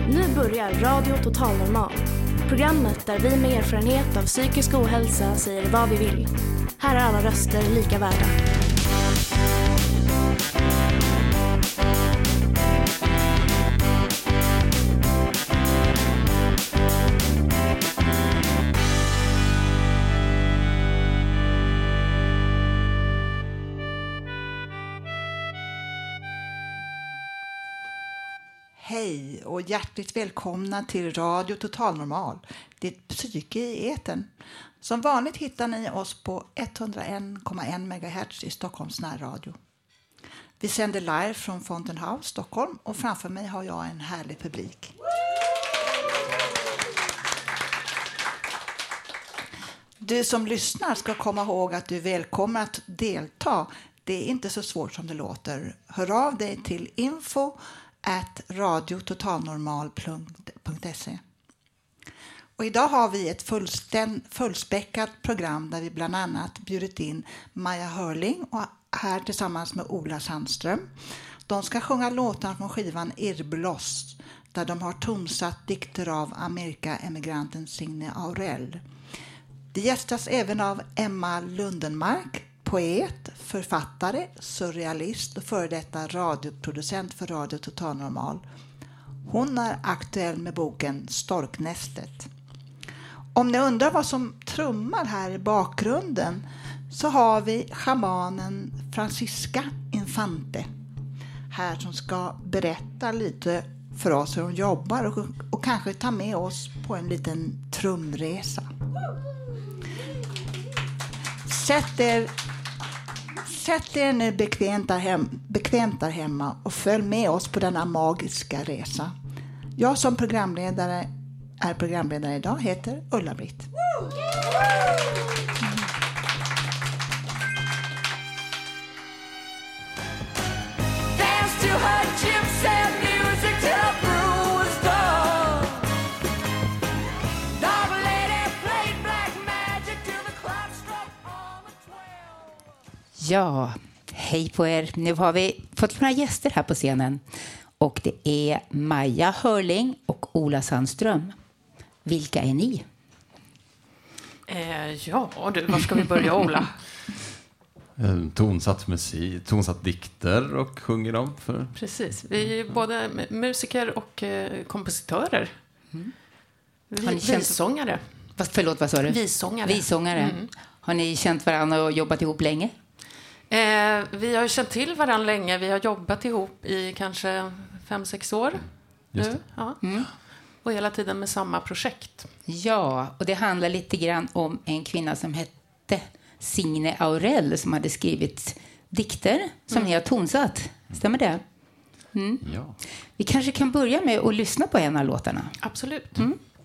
Nu börjar Radio Total Normal. Programmet där vi med erfarenhet av psykisk ohälsa säger vad vi vill. Här är alla röster lika värda. Hej och hjärtligt välkomna till Radio Total Normal, ditt psyke i etern. Som vanligt hittar ni oss på 101,1 MHz i Stockholms närradio. Vi sänder live från Fountain House, Stockholm, och framför mig har jag en härlig publik. Du som lyssnar ska komma ihåg att du är välkommen att delta. Det är inte så svårt som det låter. Hör av dig till info@radiototalnormal.se. Och idag har vi ett fullspäckat program där vi bland annat bjudit in Maja Hörling och här tillsammans med Ola Sandström. De ska sjunga låtar från skivan Irrbloss där de har tonsatt dikter av Amerika-emigranten Signe Aurell. Det gästas även av Emma Lundenmark, poet, författare, surrealist och före detta radioproducent för Radio Total Normal. Hon är aktuell med boken Storknästet. Om ni undrar vad som trummar här i bakgrunden så har vi schamanen Francisca Infante här som ska berätta lite för oss hur hon jobbar och kanske ta med oss på en liten trumresa. Sätt er nu bekvämt där hemma och följ med oss på denna magiska resa. Jag som programledare idag heter Ulla-Britt. Ja, hej på er. Nu har vi fått några gäster här på scenen. Och det är Maja Hörling och Ola Sandström. Vilka är ni? Var ska vi börja, Ola? Tonsatt musik, tonsatt dikter och sjunger dem för. Precis, vi är både musiker och kompositörer. Vissångare. Förlåt, vad sa du? Vissångare. Mm. Har ni känt varandra och jobbat ihop länge? Vi har känt till varandra länge. Vi har jobbat ihop i kanske 5-6 år nu. Ja. Och hela tiden med samma projekt. Ja, och det handlar lite grann om en kvinna som hette Signe Aurell som hade skrivit dikter som ni har tonsatt. Stämmer det? Mm. Ja. Vi kanske kan börja med att lyssna på en av låtarna. Absolut.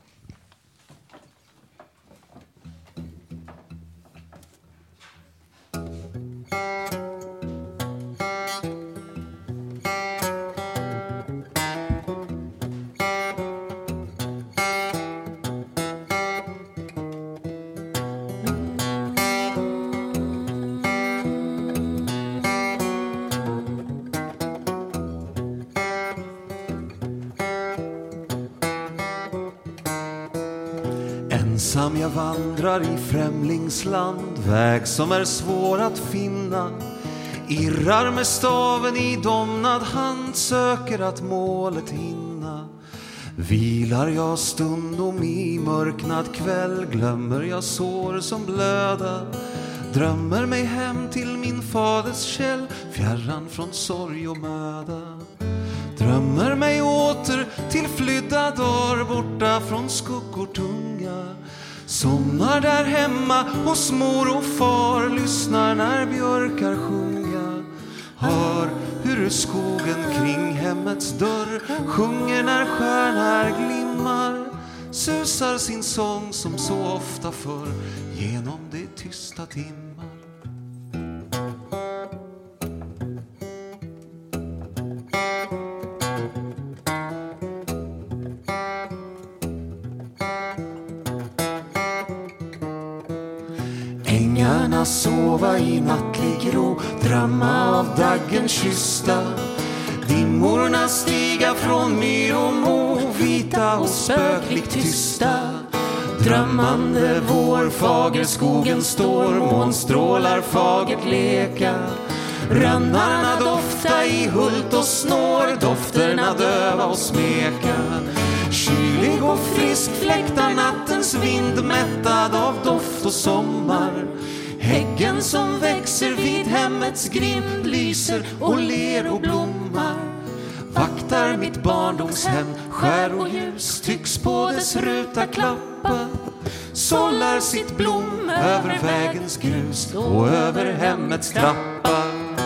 Ensam jag vandrar i främlingsland, väg som är svår att finna. Irrar med staven i domnad hand, söker att målet hinna. Vilar jag stundom i mörknad kväll, glömmer jag sår som blöda. Drömmer mig hem till min faders käll, fjärran från sorg och möda. Drömmer mig åter till flydda dagar, borta från skuggor tunga. Somnar där hemma hos mor och far, lyssnar när björkar sjunga. Hör hur skogen kring hemmets dörr sjunger när stjärnor glimmar. Susar sin sång som så ofta förr genom de tysta timmar. Ängarna sova i nattlig ro, drömma av daggen kyssta. Dimmorna stiga från myr och mo, vi spökligt tysta. Drömmande vår, fagerskogen står, månstrålar fagert leka. Rönnarna dofta i hult och snår, dofterna döva och smeka. Kylig och frisk fläktar nattens vind, mättad av doft och sommar. Häggen som växer vid hemmets grind lyser och ler och blommar. Vaktar mitt barndomshem, skär och ljus tycks på dess ruta klappa. Sållar sitt blom över vägens grus och över hemmets trappa.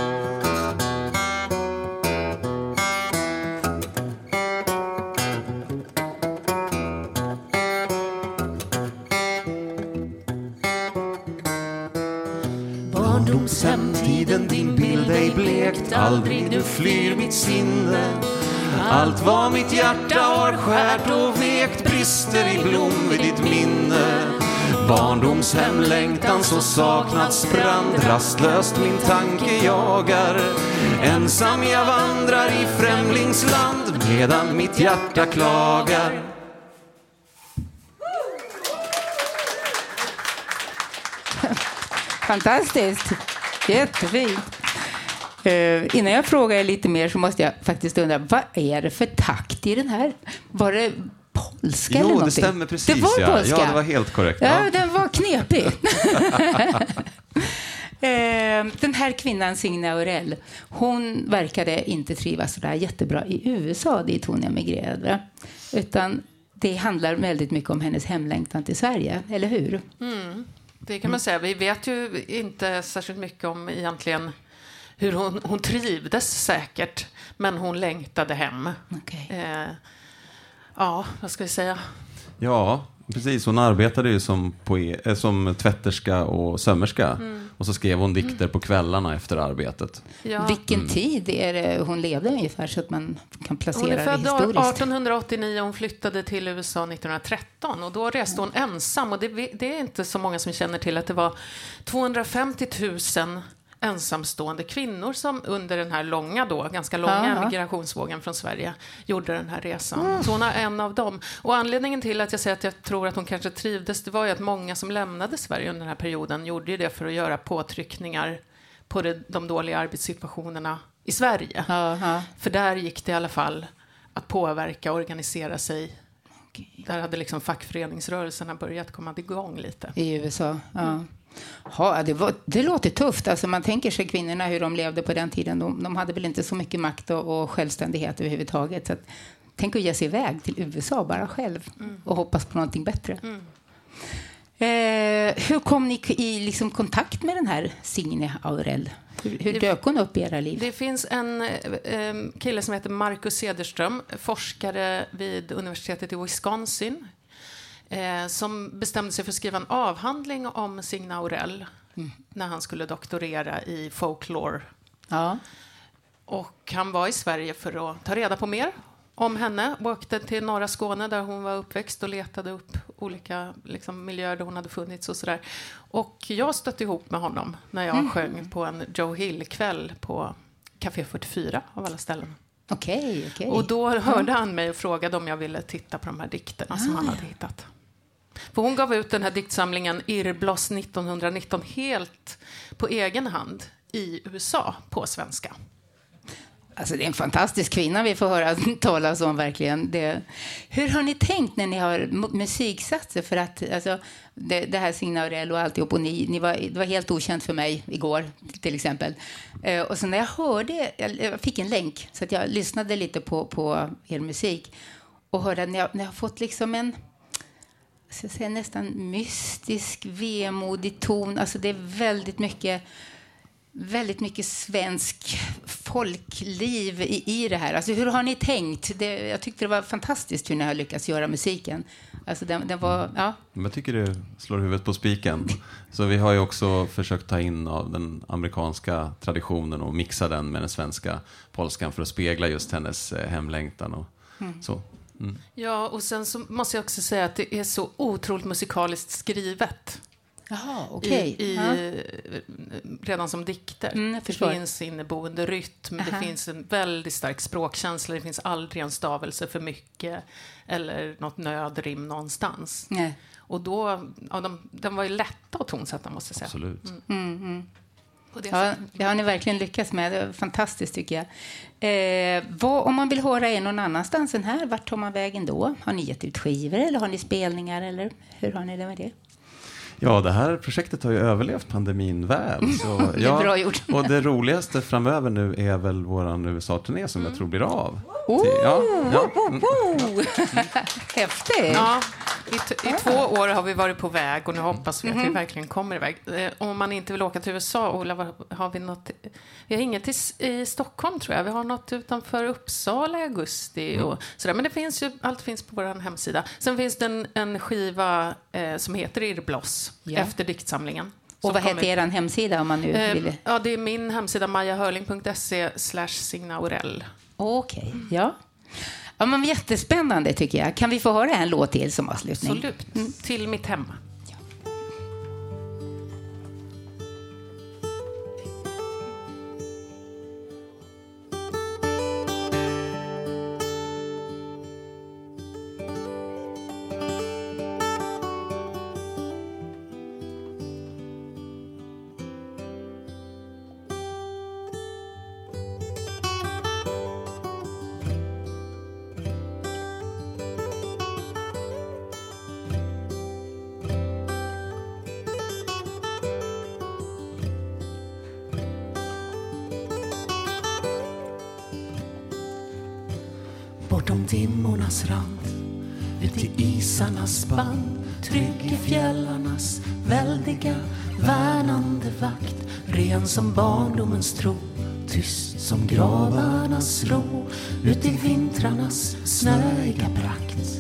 Barndomshemtiden, din bild ej blekt, aldrig du flyr mitt sinne. Allt vad mitt hjärta har skärt och vekt brister i blom vid ditt minne. Barndomshemlängtan så saknadsbrand, rastlöst min tanke jagar. Ensam jag vandrar i främlingsland medan mitt hjärta klagar. Fantastiskt. Jättefint. Innan jag frågar er lite mer så måste jag faktiskt undra, vad är det för takt i den här? Var det polska eller någonting? Jo, det stämmer precis. Det var polska. Ja, det var helt korrekt. Ja, den var knepig. Den här kvinnan, Signe Aurell, hon verkade inte trivas så där jättebra i USA dit hon emigrerade. Utan det handlar väldigt mycket om hennes hemlängtan till Sverige, eller hur? Mm. Det kan man säga. Vi vet ju inte särskilt mycket om egentligen hur hon trivdes säkert. Men hon längtade hem. Okay. Ja, vad ska vi säga? Ja, precis. Hon arbetade ju som tvätterska och sömmerska. Och så skrev hon dikter på kvällarna efter arbetet. Ja. Vilken tid är det hon levde ungefär så att man kan placera det historiskt? Hon är född 1889 och hon flyttade till USA 1913. Och då reste hon ensam. Och det är inte så många som känner till att det var 250 000 ensamstående kvinnor som under den här ganska långa migrationsvågen från Sverige gjorde den här resan. Så hon är en av dem. Och anledningen till att jag säger att jag tror att hon kanske trivdes, det var ju att många som lämnade Sverige under den här perioden gjorde ju det för att göra påtryckningar på de dåliga arbetssituationerna i Sverige. För där gick det i alla fall att påverka och organisera sig. Där hade liksom fackföreningsrörelserna börjat komma igång lite. I USA, Ja, det låter tufft. Alltså man tänker sig kvinnorna hur de levde på den tiden. De hade väl inte så mycket makt och självständighet överhuvudtaget. Så tänk att ge sig iväg till USA bara själv och hoppas på någonting bättre. Hur kom ni i liksom kontakt med den här Signe Aurell? Hur dök hon upp i era liv? Det finns en kille som heter Marcus Cederström, forskare vid universitetet i Wisconsin, som bestämde sig för att skriva en avhandling om Signe Aurell när han skulle doktorera i folklore. Ja. Och han var i Sverige för att ta reda på mer om henne. Åkte till norra Skåne där hon var uppväxt och letade upp olika miljöer där hon hade funnits och sådär. Och jag stötte ihop med honom när jag sjöng på en Joe Hill-kväll på Café 44 av alla ställen. Okej. Och då hörde han mig och frågade om jag ville titta på de här dikterna som han hade hittat. För hon gav ut den här diktsamlingen Irrbloss 1919 helt på egen hand i USA på svenska. Alltså det är en fantastisk kvinna vi får höra talas om verkligen. Hur har ni tänkt när ni har musiksatser? För att alltså, det här Signe Aurell och alltihop och det var helt okänt för mig igår till exempel. Och så när jag hörde, jag fick en länk så att jag lyssnade lite på er musik och hörde att ni har fått liksom en nästan mystisk, vemodig ton. Alltså det är väldigt mycket svensk folkliv i det här. Alltså hur har ni tänkt? Jag tyckte det var fantastiskt hur ni har lyckats göra musiken. Alltså den var, ja. Jag tycker det slår huvudet på spiken. Så vi har ju också försökt ta in av den amerikanska traditionen och mixa den med den svenska polskan för att spegla just hennes hemlängtan och så. Ja, och sen så måste jag också säga att det är så otroligt musikaliskt skrivet. Jaha, okej. Redan som dikter. Det finns inneboende rytm, det finns en väldigt stark språkkänsla, det finns aldrig en stavelse för mycket eller något nödrim någonstans. Nej. Och då, de var ju lätta att tonsätta, måste jag säga. Absolut. Ja, det har ni verkligen lyckats med. Det är fantastiskt, tycker jag. Om man vill höra någon annanstans än här, vart tar man vägen då? Har ni gett ut skivor eller har ni spelningar? Eller hur har ni det med det? Ja, det här projektet har ju överlevt pandemin väl. Så, Det är bra gjort. Och det roligaste framöver nu är väl våran USA-turné som jag tror blir av. Häftigt! Ja, i 2 år har vi varit på väg och nu hoppas vi att vi verkligen kommer iväg. Om man inte vill åka till USA, Ola, har vi något? Vi har inget i Stockholm, tror jag. Vi har något utanför Uppsala i augusti och sådär. Men det finns ju, allt finns på vår hemsida. Sen finns det en skiva som heter Irrbloss efter diktsamlingen. Och vad heter er hemsida om man nu vill? Ja, det är min hemsida majahörling.se/signaurell. Okej, ja. Ja, men jättespännande tycker jag. Kan vi få höra en låt till som avslutning? Absolut. Till mitt hem. Ja. Bortom dimmornas rand, ut i isarnas band, trygg i fjällarnas väldiga värnande vakt, ren som barndomens tro, tyst som gravarnas ro, ut i vintrarnas snöiga prakt.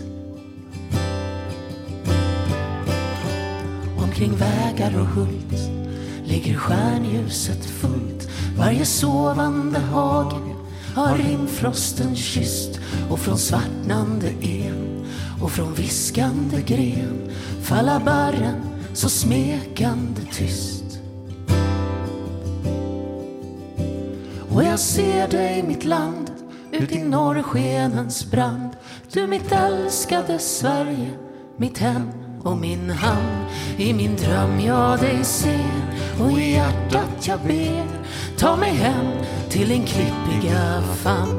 Omkring vägar och hult ligger stjärnljuset fullt, varje sovande hage har rimfrosten kysst, och från svartnande en och från viskande gren falla barren så smekande tyst. Och jag ser dig, mitt land, ut i norrskenens brand, du mitt älskade Sverige, mitt hem och min hamn. I min dröm jag dig ser och i hjärtat jag ber, ta mig hem till din klippiga famn.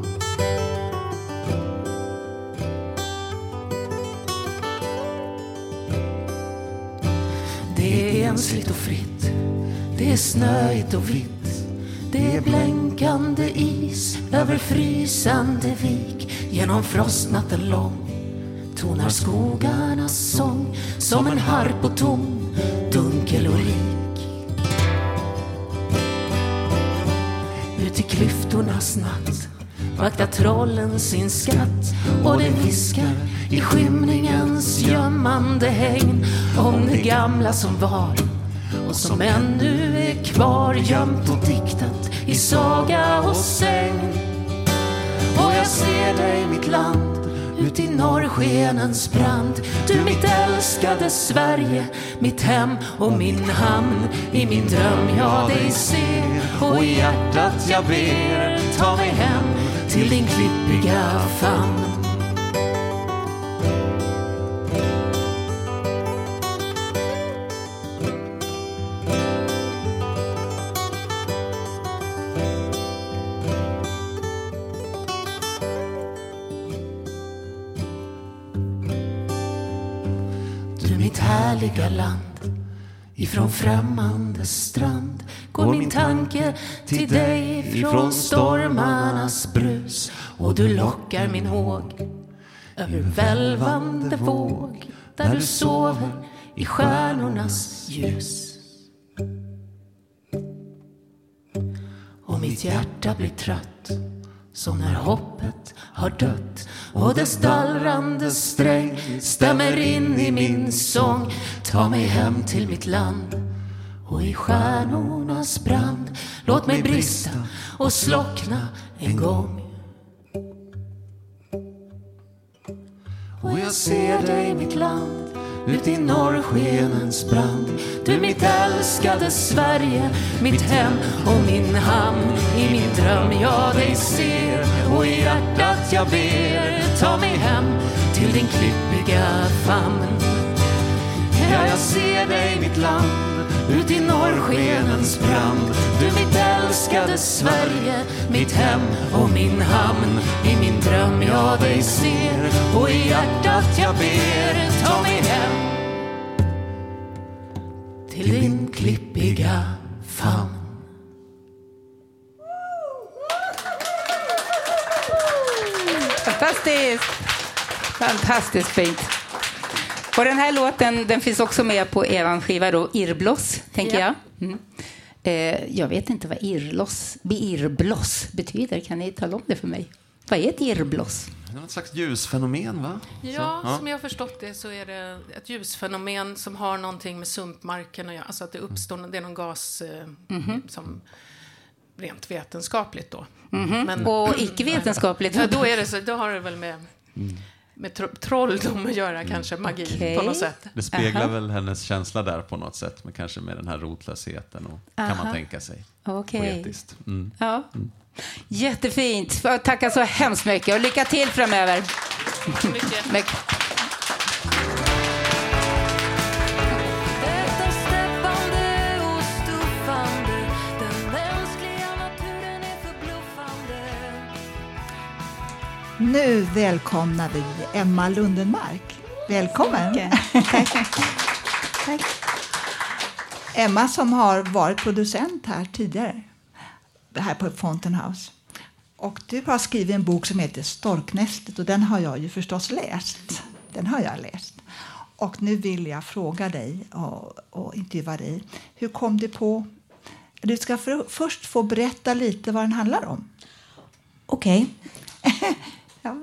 Det är ensligt och fritt, det är snöigt och vitt, det är blänkande is över frysande vik, genom frostnatten lång tonar skogarnas sång som en harp och tom, dunkel och rik. Ut i klyftornas natt vaktar trollen sin skatt, och det viskar i skymningens gömmande hägn om det gamla som var och som ännu är kvar, gömt och diktat i saga och sägn. Och jag ser dig, mitt land, ut i norrskenens brand, du mitt älskade Sverige, mitt hem och min hamn. I min dröm jag dig ser och i hjärtat jag ber, ta mig hem till din klippiga famn. Mitt härliga land, ifrån främmande strand går min tanke till dig ifrån stormarnas brus, och du lockar min håg över välvande våg där du sover i stjärnornas ljus. Och mitt hjärta blir trött som när hoppet har dött, och dess dallrande sträng stämmer in i min sång. Ta mig hem till mitt land och i stjärnornas brand låt mig brista och slockna en gång. Och jag ser dig, mitt land, ut i norrskenens brand. Du mitt älskade Sverige, mitt hem och min hamn. I min dröm jag dig ser och i hjärtat jag ber. Ta mig hem till din klippiga famn. Ja, jag ser dig mitt land, ut i norrskenens brand. Du mitt älskade Sverige, mitt hem och min hamn. I min dröm jag dig ser och i hjärtat jag ber. Ta mig hem till din klippiga famn. Fantastiskt! Fantastiskt fint. Och den här låten, den finns också med på eran skiva då, Irrbloss, tänker jag. Jag vet inte vad irrbloss betyder. Kan ni tala om det för mig? Vad är ett irrbloss? Det är något slags ljusfenomen, va? Ja, som jag har förstått det så är det ett ljusfenomen som har någonting med sumpmarken att göra. Alltså att det uppstår, det är någon gas som rent vetenskapligt då. Men, och icke-vetenskapligt? Ja, då är det så, då har det väl med trolldom att göra, kanske magi på något sätt. Det speglar väl hennes känsla där på något sätt, men kanske med den här rotlösheten och kan man tänka sig. Poetiskt. Ja. Jättefint. Tackar så hemskt mycket och lycka till framöver. Mycket. Nu välkomnar vi Emma Lundenmark. Välkommen! Tack. Emma som har varit producent här tidigare, här på Fountain House. Och du har skrivit en bok som heter Storknästet och den har jag ju förstås läst. Och nu vill jag fråga dig och intervjua dig. Hur kom du på... Du ska först få berätta lite vad den handlar om. Okej. Ja.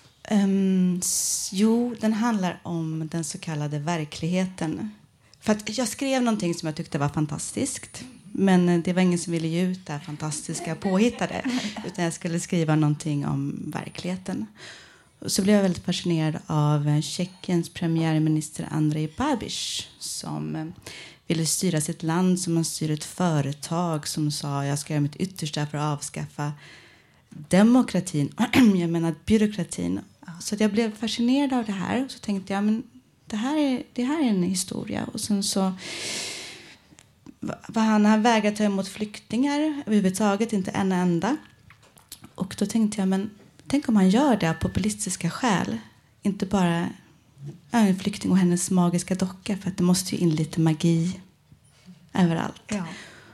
Jo, den handlar om den så kallade verkligheten. För att jag skrev någonting som jag tyckte var fantastiskt. Men det var ingen som ville ge ut det här fantastiska påhittade. Utan jag skulle skriva någonting om verkligheten. Och så blev jag väldigt fascinerad av Tjeckiens premiärminister Andrej Babiš. Som ville styra sitt land som man styr ett företag. Som sa, jag ska göra mitt yttersta för att avskaffa demokratin. Jag menar byråkratin. Så att jag blev fascinerad av det här. Och så tänkte jag, men det här är en historia. Och sen så han vägrat ta emot flyktingar överhuvudtaget, inte en enda. Och då tänkte jag, men tänk om han gör det av populistiska skäl. Inte bara en flykting och hennes magiska docka, för att det måste ju in lite magi överallt. Ja.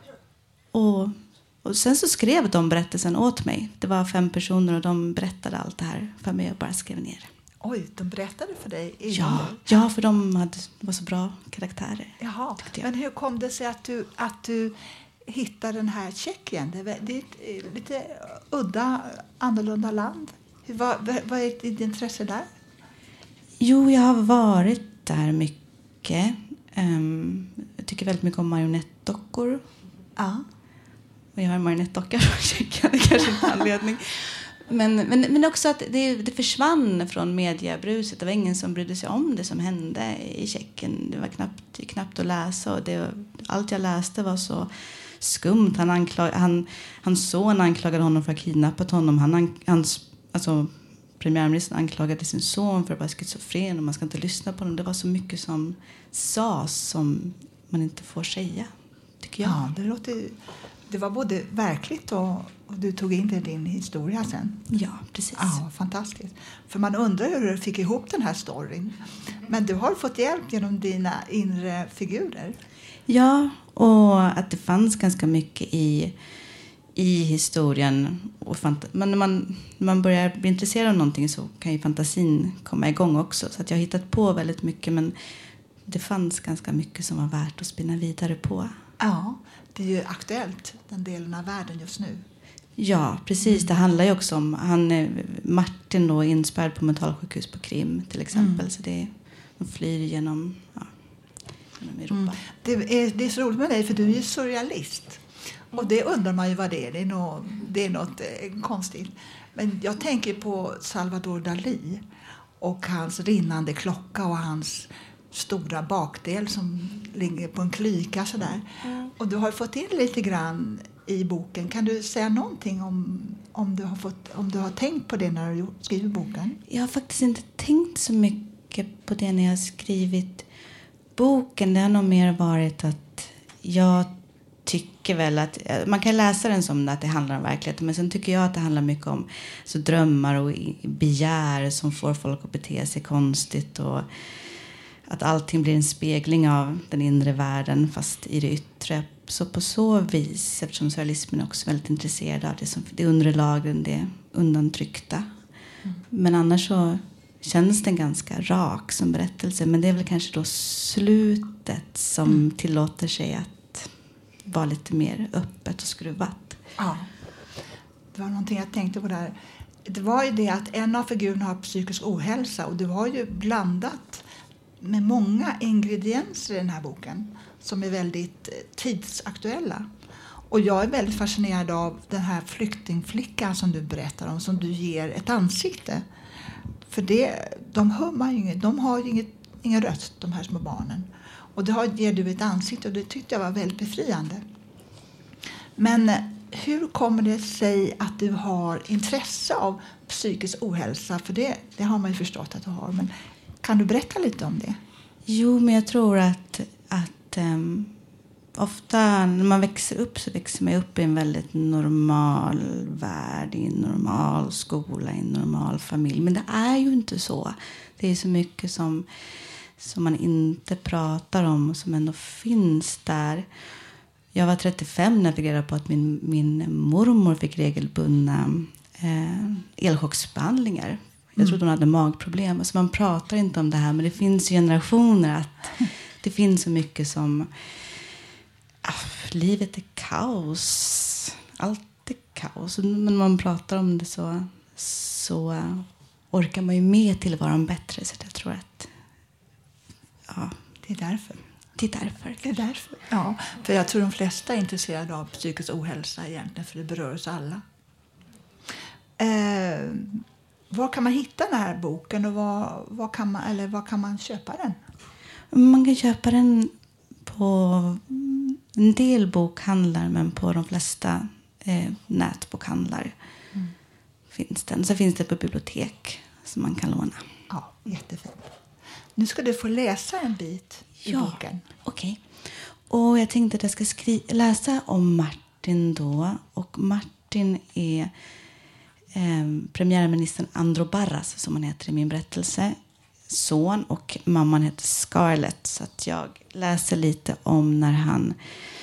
Och sen så skrev de berättelsen åt mig. Det var 5 personer och de berättade allt det här för mig och bara skrev ner. Oj, de berättade för dig? Ja, för de var så bra karaktärer. Jaha, men hur kom det sig att du hittade den här Tjeckien? Det är ett lite udda, annorlunda land. Vad är ditt intresse där? Jo, jag har varit där mycket. Jag tycker väldigt mycket om marionettdockor. Ja. Och jag har en marionettdocka från Tjeckien, det kanske inte är anledning. Men också att det försvann från mediebruset. Det var ingen som brydde sig om det som hände i Tjeckien. Det var knappt att läsa. Och allt jag läste var så skumt. Hans son anklagade honom för att ha kidnappat honom. Premiärministern anklagade sin son för att vara schizofren. Och man ska inte lyssna på honom. Det var så mycket som sades som man inte får säga, tycker jag. Ja, det var både verkligt och du tog in det i din historia sen. Ja, precis. Ja, fantastiskt. För man undrar hur du fick ihop den här storyn. Men du har fått hjälp genom dina inre figurer. Ja, och att det fanns ganska mycket i historien. Men när man börjar bli intresserad av någonting så kan ju fantasin komma igång också. Så att jag har hittat på väldigt mycket, men det fanns ganska mycket som var värt att spinna vidare på. Ja, det är ju aktuellt, den delen av världen just nu. Ja, precis. Det handlar ju också om Martin då, inspärrad på mentalsjukhus på Krim till exempel. Så de flyr genom Europa. Det är så roligt med dig, för du är ju surrealist. Och det undrar man ju vad det är. Det är något konstigt. Men jag tänker på Salvador Dalí och hans rinnande klocka och hans stora bakdel som ligger på en klyka sådär. Och du har fått in lite grann i boken. Kan du säga någonting om du har tänkt på det när du skriver boken? Jag har faktiskt inte tänkt så mycket på det när jag har skrivit boken. Det har nog mer varit att jag tycker väl att man kan läsa den som att det handlar om verkligheten, men sen tycker jag att det handlar mycket om så drömmar och begär som får folk att bete sig konstigt, och att allting blir en spegling av den inre världen fast i det yttre. Så på så vis, eftersom surrealismen är också väldigt intresserad av det undre lagren, det undantryckta. Men annars så känns den ganska rak som berättelse, men det är väl kanske då slutet som tillåter sig att vara lite mer öppet och skruvat. Ja, det var någonting jag tänkte på där. Det var ju det att en av figurerna har psykisk ohälsa, och det var ju blandat med många ingredienser i den här boken som är väldigt tidsaktuella. Och jag är väldigt fascinerad av den här flyktingflickan som du berättar om, som du ger ett ansikte. För de har ju ingen röst, de här små barnen. Och ger du ett ansikte, och det tyckte jag var väldigt befriande. Men hur kommer det sig att du har intresse av psykisk ohälsa? För det har man ju förstått att du har. Men kan du berätta lite om det? Jo, men jag tror att ofta när man växer upp så växer man upp i en väldigt normal värld, i en normal skola, i en normal familj. Men det är ju inte så. Det är så mycket som man inte pratar om och som ändå finns där. Jag var 35 när jag fick reda på att min mormor fick regelbundna elchocksbehandlingar. Jag trodde hon hade magproblem. Så man pratar inte om det här, men det finns generationer att det finns så mycket som livet är kaos. Allt är kaos. Men man pratar om det så orkar man ju med tillvaron bättre. Så jag tror att det är därför. Det är därför. Ja, för jag tror de flesta är intresserade av psykisk ohälsa egentligen, för det berör oss alla. Var kan man hitta den här boken, och var kan man köpa den? Man kan köpa den på en del bokhandlar, men på de flesta nätbokhandlar finns den. Så finns det på bibliotek som man kan låna. Ja, jättefint. Nu ska du få läsa en bit i boken. Okej. Och jag tänkte att jag ska läsa om Martin då. Och Martin är premiärministern Andro Barras, som han heter i min berättelse, son, och mamman heter Scarlett. Så att jag läser lite om när han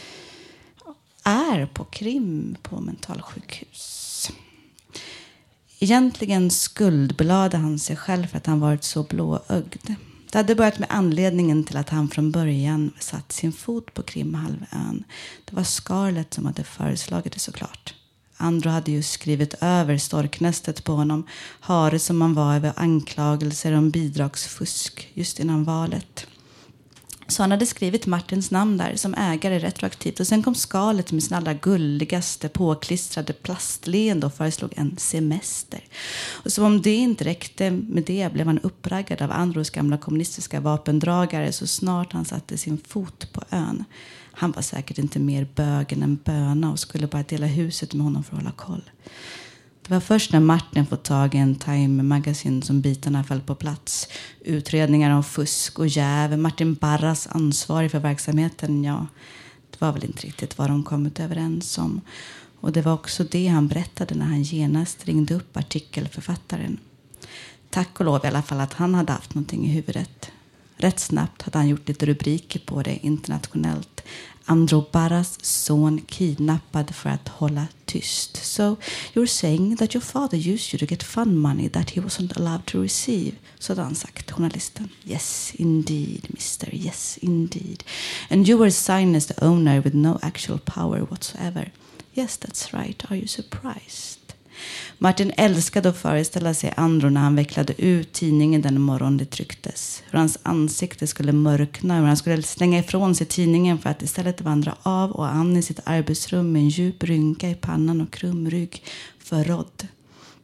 är på Krim på mentalsjukhus. Egentligen skuldbelade han sig själv för att han varit så blåögd. Det hade börjat med anledningen till att han från början satt sin fot på Krimhalvön. Det var Scarlett som hade föreslagit det, såklart. Andro hade ju skrivit över storknästet på honom, hare som man var över anklagelser om bidragsfusk just innan valet. Så han hade skrivit Martins namn där som ägare retroaktivt, och sen kom Scarlett med sin allra gulligaste påklistrade plastleende och föreslog en semester. Och som om det inte räckte med det blev han uppraggad av Andros gamla kommunistiska vapendragare så snart han satte sin fot på ön. Han var säkert inte mer bögen än böna och skulle bara dela huset med honom för att hålla koll. Det var först när Martin fått tag i en Time Magazine som bitarna föll på plats. Utredningar om fusk och jäv. Martin Barras ansvarig för verksamheten, det var väl inte riktigt vad de kommit överens om. Och det var också det han berättade när han genast ringde upp artikelförfattaren. Tack och lov i alla fall att han hade haft någonting i huvudet. Rätt snabbt hade han gjort lite rubriker på det internationellt. Andro Barras son kidnappad för att hålla tyst. So you're saying that your father used you to get fund money that he wasn't allowed to receive. Så hade han sagt, journalisten. Yes, indeed, mister. Yes, indeed. And you were signed as the owner with no actual power whatsoever. Yes, that's right. Are you surprised? Martin älskade att föreställa sig Andro när han vecklade ut tidningen den morgon det trycktes. Hur hans ansikte skulle mörkna, hur han skulle slänga ifrån sig tidningen för att istället vandra av och an i sitt arbetsrum med en djup rynka i pannan och krumrygg, förrådd.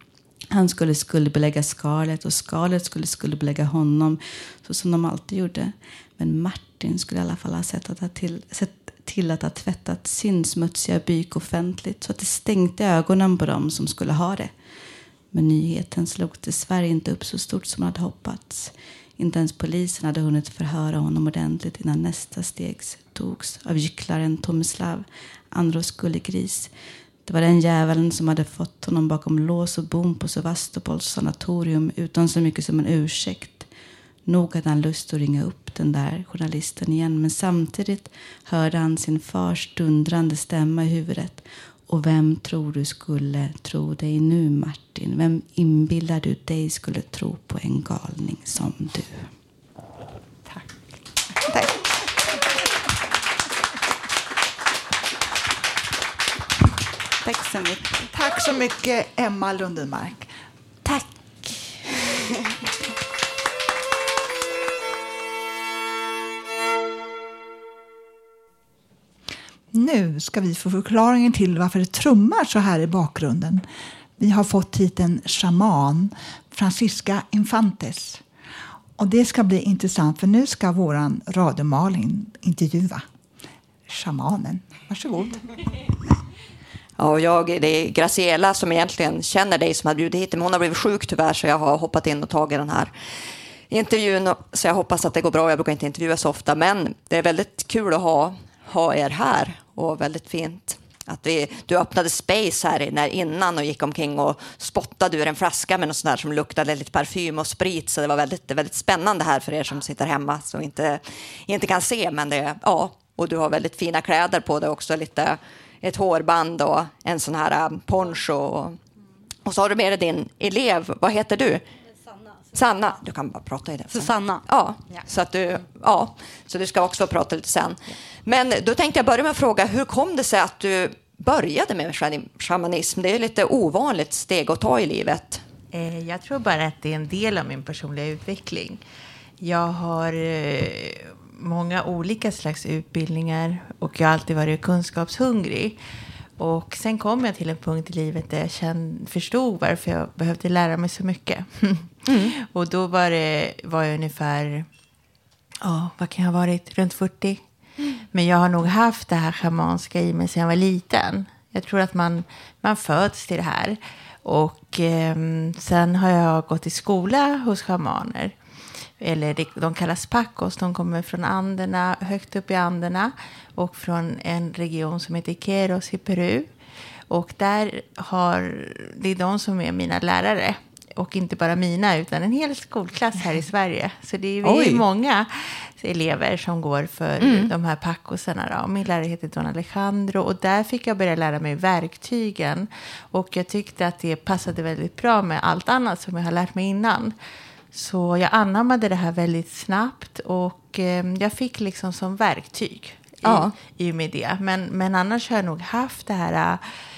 Han skulle skuldbelägga Scarlett och Scarlett skulle skuldbelägga honom, så som de alltid gjorde. Men Martin skulle i alla fall ha sett till att ha tvättat sin smutsiga byk offentligt, så att det stänkte ögonen på dem som skulle ha det. Men nyheten slog dessvärre inte upp så stort som man hade hoppats. Inte ens polisen hade hunnit förhöra honom ordentligt innan nästa steg togs av gycklaren Tomislav, Andros gullegris. Det var den jäveln som hade fått honom bakom lås och bom på Sevastopols sanatorium utan så mycket som en ursäkt. Nog hade han lust att ringa upp den där journalisten igen, men samtidigt hörde han sin fars dundrande stämma i huvudet. Och vem tror du skulle tro dig nu, Martin? Vem inbillar du dig skulle tro på en galning som du? Tack. Tack. Tack så mycket. Tack så mycket, Emma Lundemark. Tack. Nu ska vi få förklaringen till varför det trummar så här i bakgrunden. Vi har fått hit en shaman, Francisca Infantes. Och det ska bli intressant, för nu ska våran Radio Malin intervjua shamanen. Varsågod. Ja, det är Graciela som egentligen känner dig som har bjudit hit. Men hon har blivit sjuk tyvärr, så jag har hoppat in och tagit den här intervjun. Så jag hoppas att det går bra. Jag brukar inte intervjua så ofta, men det är väldigt kul att ha er här. Och väldigt fint att du öppnade space här innan och gick omkring och spottade ur en flaska med något sånt där som luktade lite parfym och sprit. Så det var väldigt spännande här för er som sitter hemma så inte kan se. Men och du har väldigt fina kläder på dig också, ett hårband och en sån här poncho. Och så har du med dig din elev. Vad heter du? Sanna. Du kan bara prata i det. Susanna. Ja. Så du ska också prata lite sen. Men då tänkte jag börja med att fråga, hur kom det sig att du började med shamanism? Det är lite ovanligt steg att ta i livet. Jag tror bara att det är en del av min personliga utveckling. Jag har många olika slags utbildningar och jag har alltid varit kunskapshungrig. Och sen kom jag till en punkt i livet där jag förstod varför jag behövde lära mig så mycket. Och då var jag ungefär, vad kan jag ha varit, runt 40. Men jag har nog haft det här schamanska i mig sedan jag var liten. Jag tror att man föds till det här. Och sen har jag gått i skola hos schamaner. Eller de kallas Pacos. De kommer från Anderna, högt upp i Anderna. Och från en region som heter Queros i Peru. Och det är de som är mina lärare. Och inte bara mina, utan en hel skolklass här i Sverige. Så vi är många elever som går för de här Pacosarna. Och min lärare heter Don Alejandro. Och där fick jag börja lära mig verktygen. Och jag tyckte att det passade väldigt bra med allt annat som jag har lärt mig innan. Så jag anammade det här väldigt snabbt. Och jag fick liksom som verktyg i med det. Men annars har jag nog haft det här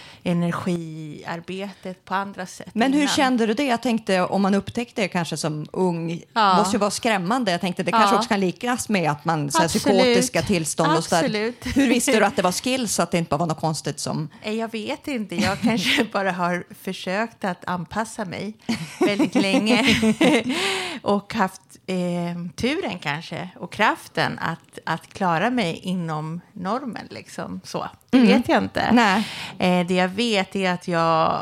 energiarbetet på andra sätt. Men hur kände du det? Jag tänkte, om man upptäckte det kanske som ung, måste ju vara skrämmande. Jag tänkte det kanske också kan liknas med att man så här, psykotiska tillstånd och så där. Hur visste du att det var skills, att det inte bara var något konstigt som... Jag vet inte. Jag kanske bara har försökt att anpassa mig väldigt länge och haft turen kanske och kraften att klara mig inom normen liksom så. Det vet jag inte. Nej. Det jag vet är att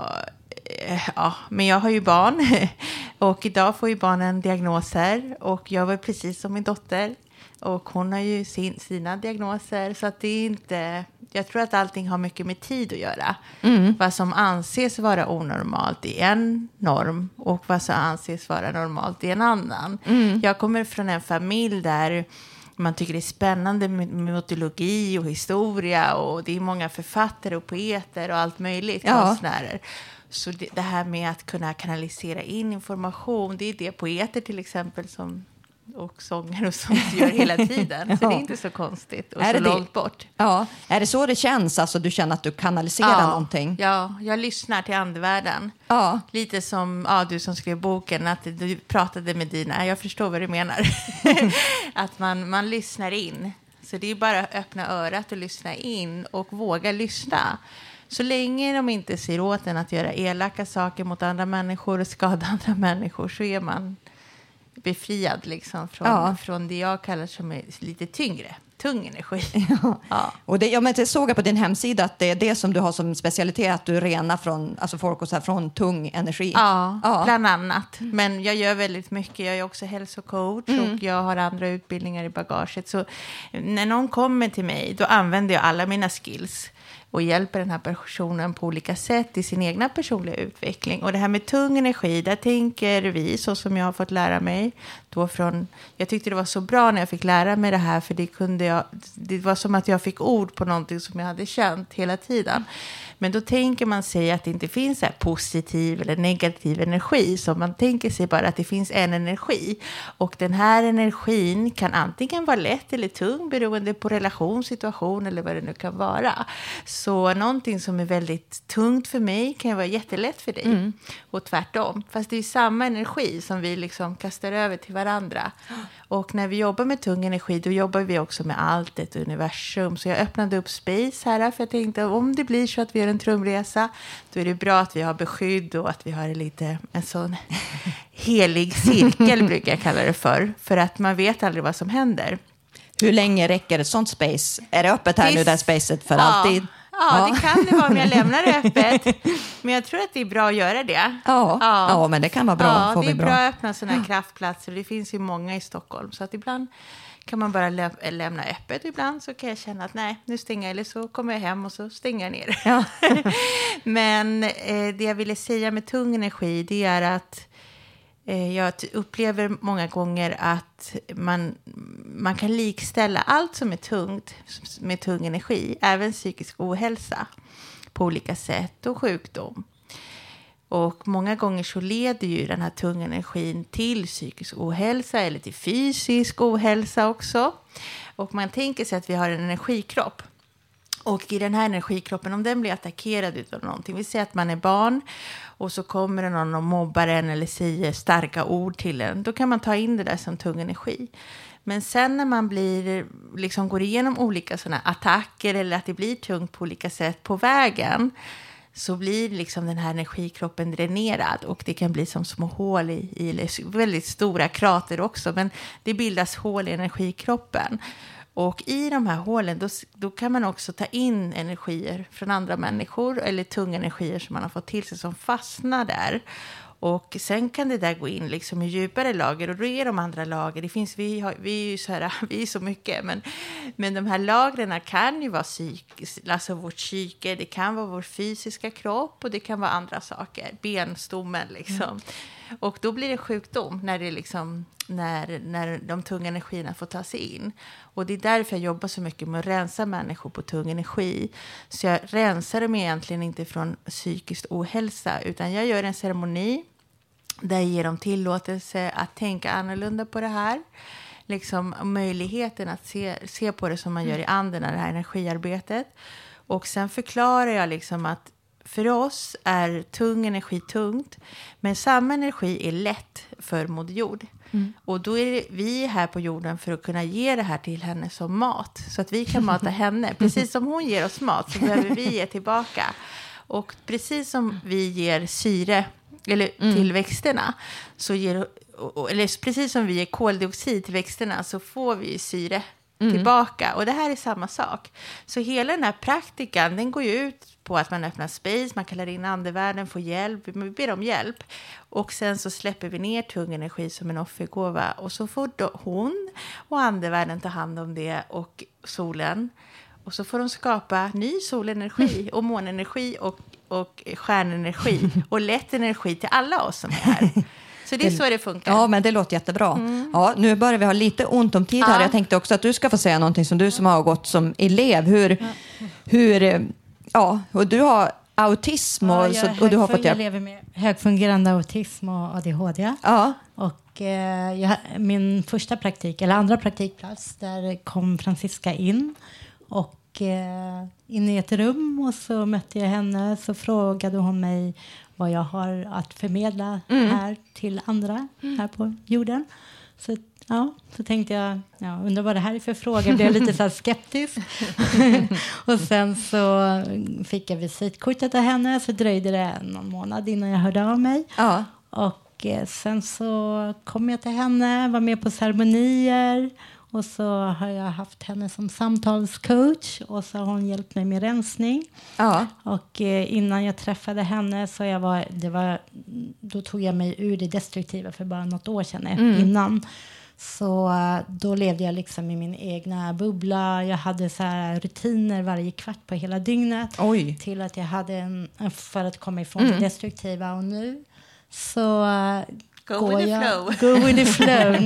men jag har ju barn och idag får ju barnen diagnoser och jag var precis som min dotter och hon har ju sina diagnoser så att det är inte, jag tror att allting har mycket med tid att göra. Vad som anses vara onormalt i en norm och vad som anses vara normalt i en annan. Jag kommer från en familj där man tycker det är spännande med mytologi och historia och det är många författare och poeter och allt möjligt, konstnärer. Så det här med att kunna kanalisera in information, det är det poeter till exempel och sånger och sånt gör hela tiden. Så det är inte så konstigt och så långt bort. Ja, är det så det känns? Alltså du känner att du kanaliserar någonting? Ja, jag lyssnar till andevärlden. Ja. Lite som du som skrev boken, att du pratade med dina. Jag förstår vad du menar. Att man lyssnar in. Så det är bara att öppna örat och lyssna in och våga lyssna. Så länge de inte ser åt en att göra elaka saker mot andra människor och skada andra människor, så är man befriad liksom från det jag kallar som är lite tung energi. Ja. Och det såg jag på din hemsida att det är det som du har som specialitet, att du renar från, alltså folk och så här, från tung energi. Ja, bland annat. Men jag gör väldigt mycket. Jag är också hälsocoach och jag har andra utbildningar i bagaget. Så när någon kommer till mig, då använder jag alla mina skills och hjälper den här personen på olika sätt i sin egna personliga utveckling. Och det här med tung energi, där tänker vi, så som jag har fått lära mig då jag tyckte det var så bra när jag fick lära mig det här, för det var som att jag fick ord på någonting som jag hade känt hela tiden. Men då tänker man sig att det inte finns så här positiv eller negativ energi, så man tänker sig bara att det finns en energi. Och den här energin kan antingen vara lätt eller tung beroende på relation, situation eller vad det nu kan vara. Så någonting som är väldigt tungt för mig kan vara jättelätt för dig. Och tvärtom. Fast det är samma energi som vi liksom kastar över till varandra. Och när vi jobbar med tung energi, då jobbar vi också med allt ett universum. Så jag öppnade upp space här, för jag tänkte om det blir så att vi gör en trumresa, då är det bra att vi har beskydd och att vi har en sån helig cirkel brukar jag kalla det för att man vet aldrig vad som händer. Hur länge räcker ett sånt space? Är det öppet här nu, det här spacet för alltid? Ja, det kan det vara om jag lämnar det öppet. Men jag tror att det är bra att göra det. Ja, men det kan vara bra. Ja, det är bra att öppna sådana här kraftplatser. Det finns ju många i Stockholm. Så att ibland kan man bara lämna öppet. Ibland så kan jag känna att nej, nu stänger jag. Eller så kommer jag hem och så stänger jag ner. Ja. Men det jag ville säga med tung energi, det är att jag upplever många gånger att man kan likställa allt som är tungt med tung energi, även psykisk ohälsa på olika sätt och sjukdom. Och många gånger så leder ju den här tunga energin till psykisk ohälsa eller till fysisk ohälsa också. Och man tänker sig att vi har en energikropp. Och i den här energikroppen, om den blir attackerad utav någonting, vi säger att man är barn och så kommer det någon och mobbar en eller säger starka ord till en, då kan man ta in det där som tung energi. Men sen när man går igenom olika sådana attacker eller att det blir tungt på olika sätt på vägen, så blir liksom den här energikroppen dränerad och det kan bli som små hål i väldigt stora krater också, men det bildas hål i energikroppen. Och i de här hålen då kan man också ta in energier från andra människor eller tunga energier som man har fått till sig som fastnar där. Och sen kan det där gå in liksom i djupare lager, och då är de andra lager. Det finns, vi är ju så här, vi är så mycket, men de här lagren kan ju vara alltså vårt psyke, det kan vara vår fysiska kropp och det kan vara andra saker, benstommen liksom. Och då blir det sjukdom när det liksom när de tunga energierna får ta sig in. Och det är därför jag jobbar så mycket med att rensa människor på tung energi. Så jag rensar dem egentligen inte från psykisk ohälsa, utan jag gör en ceremoni där jag ger dem tillåtelse att tänka annorlunda på det här. Liksom möjligheten att se på det som man gör i anden, det här energiarbetet. Och sen förklarar jag liksom att för oss är tung energi tungt, men samma energi är lätt för Moder Jord. Och då är vi här på jorden för att kunna ge det här till henne som mat. Så att vi kan mata henne. Precis som hon ger oss mat så behöver vi ge tillbaka. Och precis som vi ger syre till växterna, eller precis som vi ger koldioxid till växterna, så får vi syre tillbaka. Och det här är samma sak. Så hela den här praktikan, den går ju ut på att man öppnar space, man kallar in andevärlden, får hjälp, vi ber om hjälp. Och sen så släpper vi ner tung energi som en offergåva. Och så får hon och andevärlden ta hand om det, och solen. Och så får de skapa ny solenergi och månenergi och stjärnenergi och lätt energi till alla oss som är här. Så det är så det funkar. Ja, men det låter jättebra. Ja, nu börjar vi ha lite ont om tid här. Jag tänkte också att du ska få säga någonting som du som har gått som elev. Och du har autism och du har fått jag lever med högfungerande autism och ADHD. Ja. Och min första praktik, eller andra praktikplats, där kom Franziska in och in i ett rum, och så mötte jag henne, så frågade hon mig vad jag har att förmedla här till andra här på jorden. Så tänkte jag, undrar vad det här är för fråga. Jag blev lite så här skeptisk. Och sen så fick jag visitkortet av henne. Så dröjde det någon månad innan jag hörde av mig. Ja. Och sen så kom jag till henne, var med på ceremonier. Och så har jag haft henne som samtalscoach. Och så har hon hjälpt mig med rensning. Ja. Och innan jag träffade henne så då tog jag mig ur det destruktiva för bara något år sedan innan. Så då levde jag liksom i min egna bubbla. Jag hade så här rutiner varje kvart på hela dygnet. Oj. Till att jag hade för att komma ifrån det destruktiva. Och nu så Go with the flow. Go with the flow.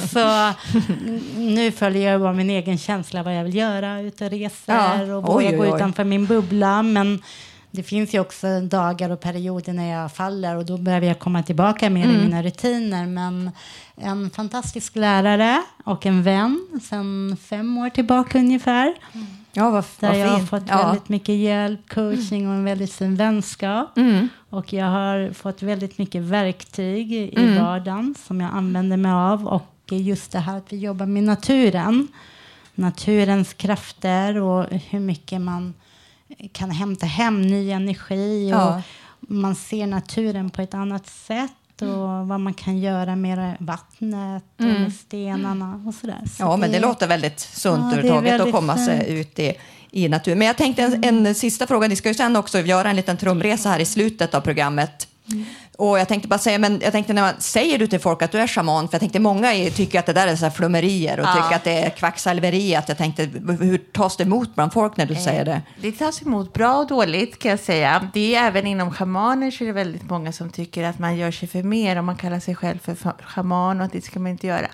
Nu följer jag bara min egen känsla vad jag vill göra. Ut och reser och våga gå utanför min bubbla. Men det finns ju också dagar och perioder när jag faller. Och då behöver jag komma tillbaka mer i mina rutiner. Men en fantastisk lärare och en vän sedan 5 år tillbaka ungefär. Ja, vad där jag fint. har fått väldigt mycket hjälp, coaching och en väldigt fin vänskap. Och jag har fått väldigt mycket verktyg i vardagen som jag använder mig av. Och just det här att vi jobbar med naturen. Naturens krafter och hur mycket man kan hämta hem ny energi. Och man ser naturen på ett annat sätt. Och vad man kan göra med vattnet och med stenarna och sådär. Så men det låter väldigt sunt överhuvudtaget att komma sig ut i naturen. Men jag tänkte en sista fråga. Ni ska ju sen också göra en liten trumresa här i slutet av programmet. Och jag tänkte bara säga, säger du till folk att du är shaman? För jag tänkte många tycker att det där är så här flummerier och tycker att det är kvacksalveri. Att jag tänkte, hur tas det emot bland folk när du säger det? Det tas emot bra och dåligt kan jag säga. Det är även inom shamaner så är det väldigt många som tycker att man gör sig för mer om man kallar sig själv för shaman och att det ska man inte göra.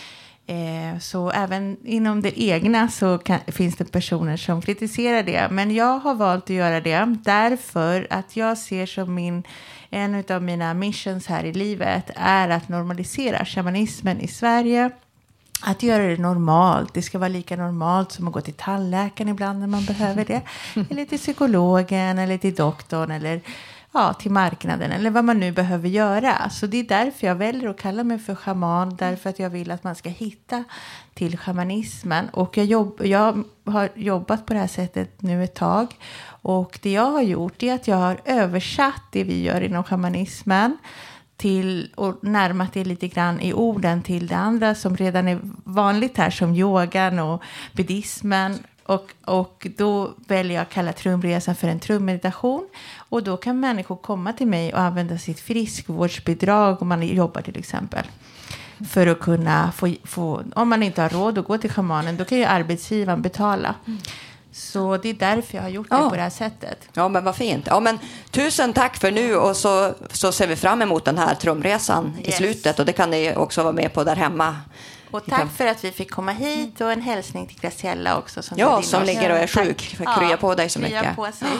Så även inom det egna så finns det personer som kritiserar det. Men jag har valt att göra det därför att jag ser som en av mina missions här i livet är att normalisera shamanismen i Sverige. Att göra det normalt. Det ska vara lika normalt som att gå till tandläkaren ibland när man behöver det. Eller till psykologen eller till doktorn eller till marknaden eller vad man nu behöver göra. Så det är därför jag väljer att kalla mig för shaman. Därför att jag vill att man ska hitta till shamanismen. Och jag har jobbat på det här sättet nu ett tag. Och det jag har gjort är att jag har översatt det vi gör inom shamanismen till och närmat det lite grann i orden till det andra som redan är vanligt här som yogan och buddhismen. Och då väljer jag att kalla trumresan för en trummeditation. Och då kan människor komma till mig och använda sitt friskvårdsbidrag om man jobbar till exempel. För att kunna få om man inte har råd att gå till shamanen, då kan ju arbetsgivaren betala. Så det är därför jag har gjort det på det här sättet. Ja, men vad fint. Ja, men tusen tack för nu och så ser vi fram emot den här trumresan i slutet. Och det kan ni också vara med på där hemma. Och tack för att vi fick komma hit och en hälsning till Graciella också. Som ligger och är sjuk. Krya på dig så mycket. Krya på sig.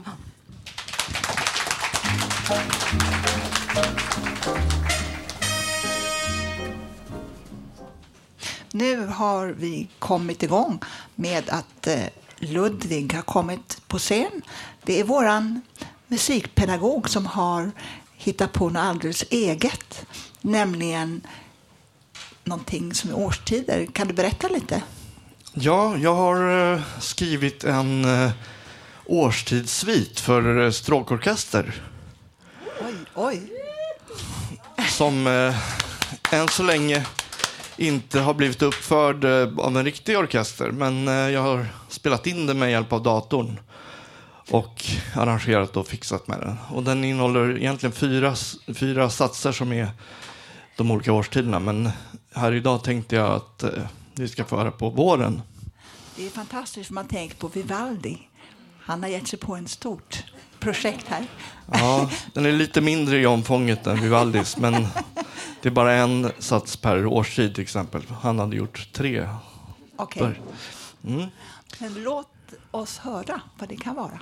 Nu har vi kommit igång med att Ludvig har kommit på scen. Det är våran musikpedagog som har hittat på något alldeles eget. Nämligen någonting som är årstider. Kan du berätta lite? Ja, jag har skrivit en årstidssvit för stråkorkester. Oj. Som än så länge inte har blivit uppförd av en riktig orkester. Men jag har spelat in det med hjälp av datorn. Och arrangerat och fixat med den. Och den innehåller egentligen fyra satser som är de olika årstiderna. Men här idag tänkte jag att vi ska få höra på våren. Det är fantastiskt, man tänker på Vivaldi. Han har gett sig på en stort projekt här. Ja, den är lite mindre i omfånget än Vivaldis. Men det är bara en sats per årstid till exempel. Han hade gjort 3. Okej. Men låt oss höra vad det kan vara.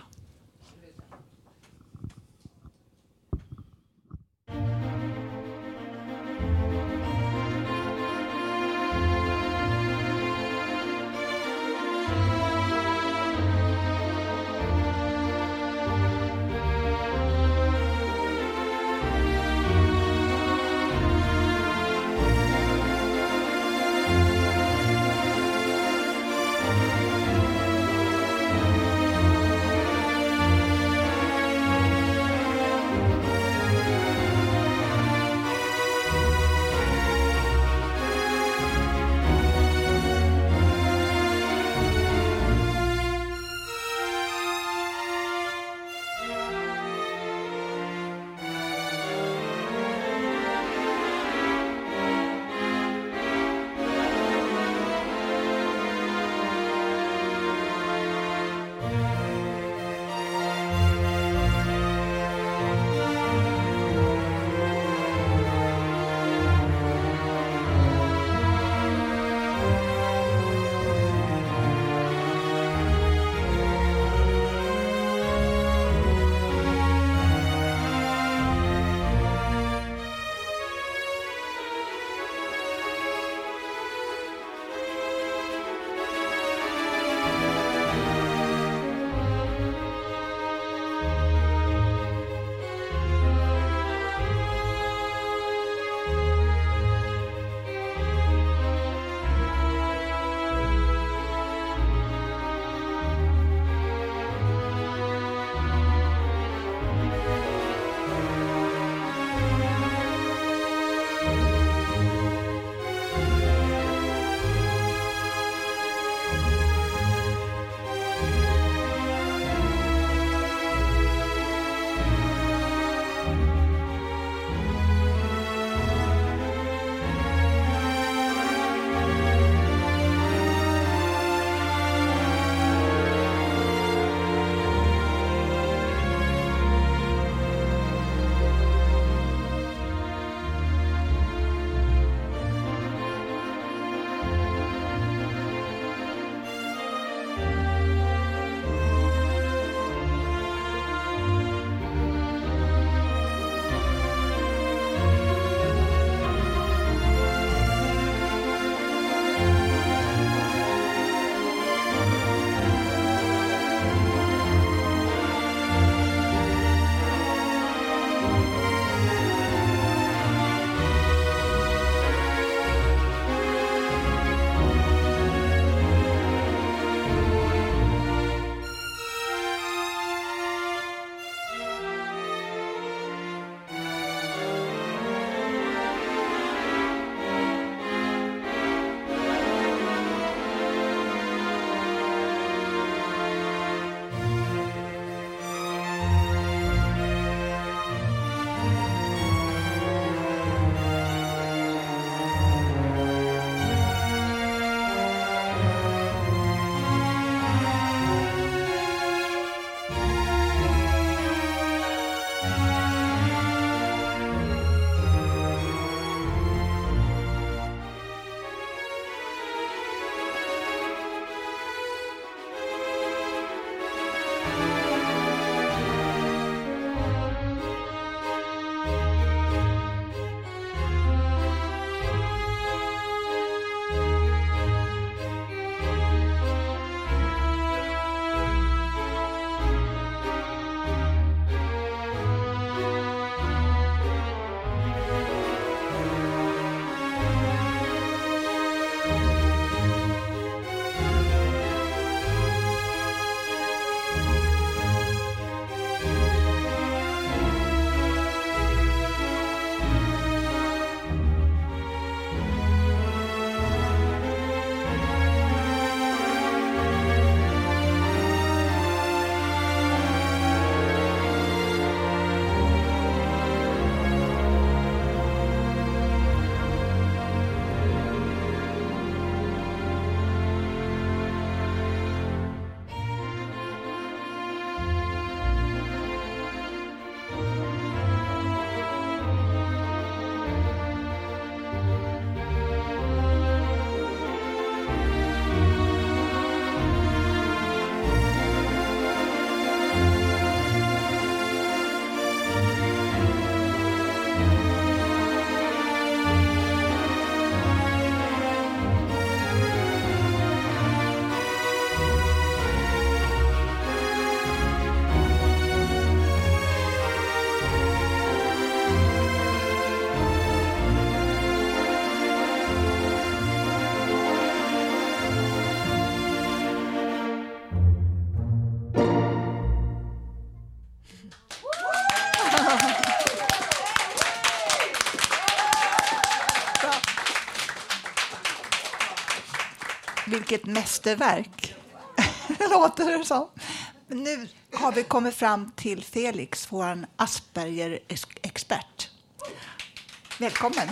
Vilket mästerverk, låter det som. Nu har vi kommit fram till Felix, vår Asperger-expert. Välkommen.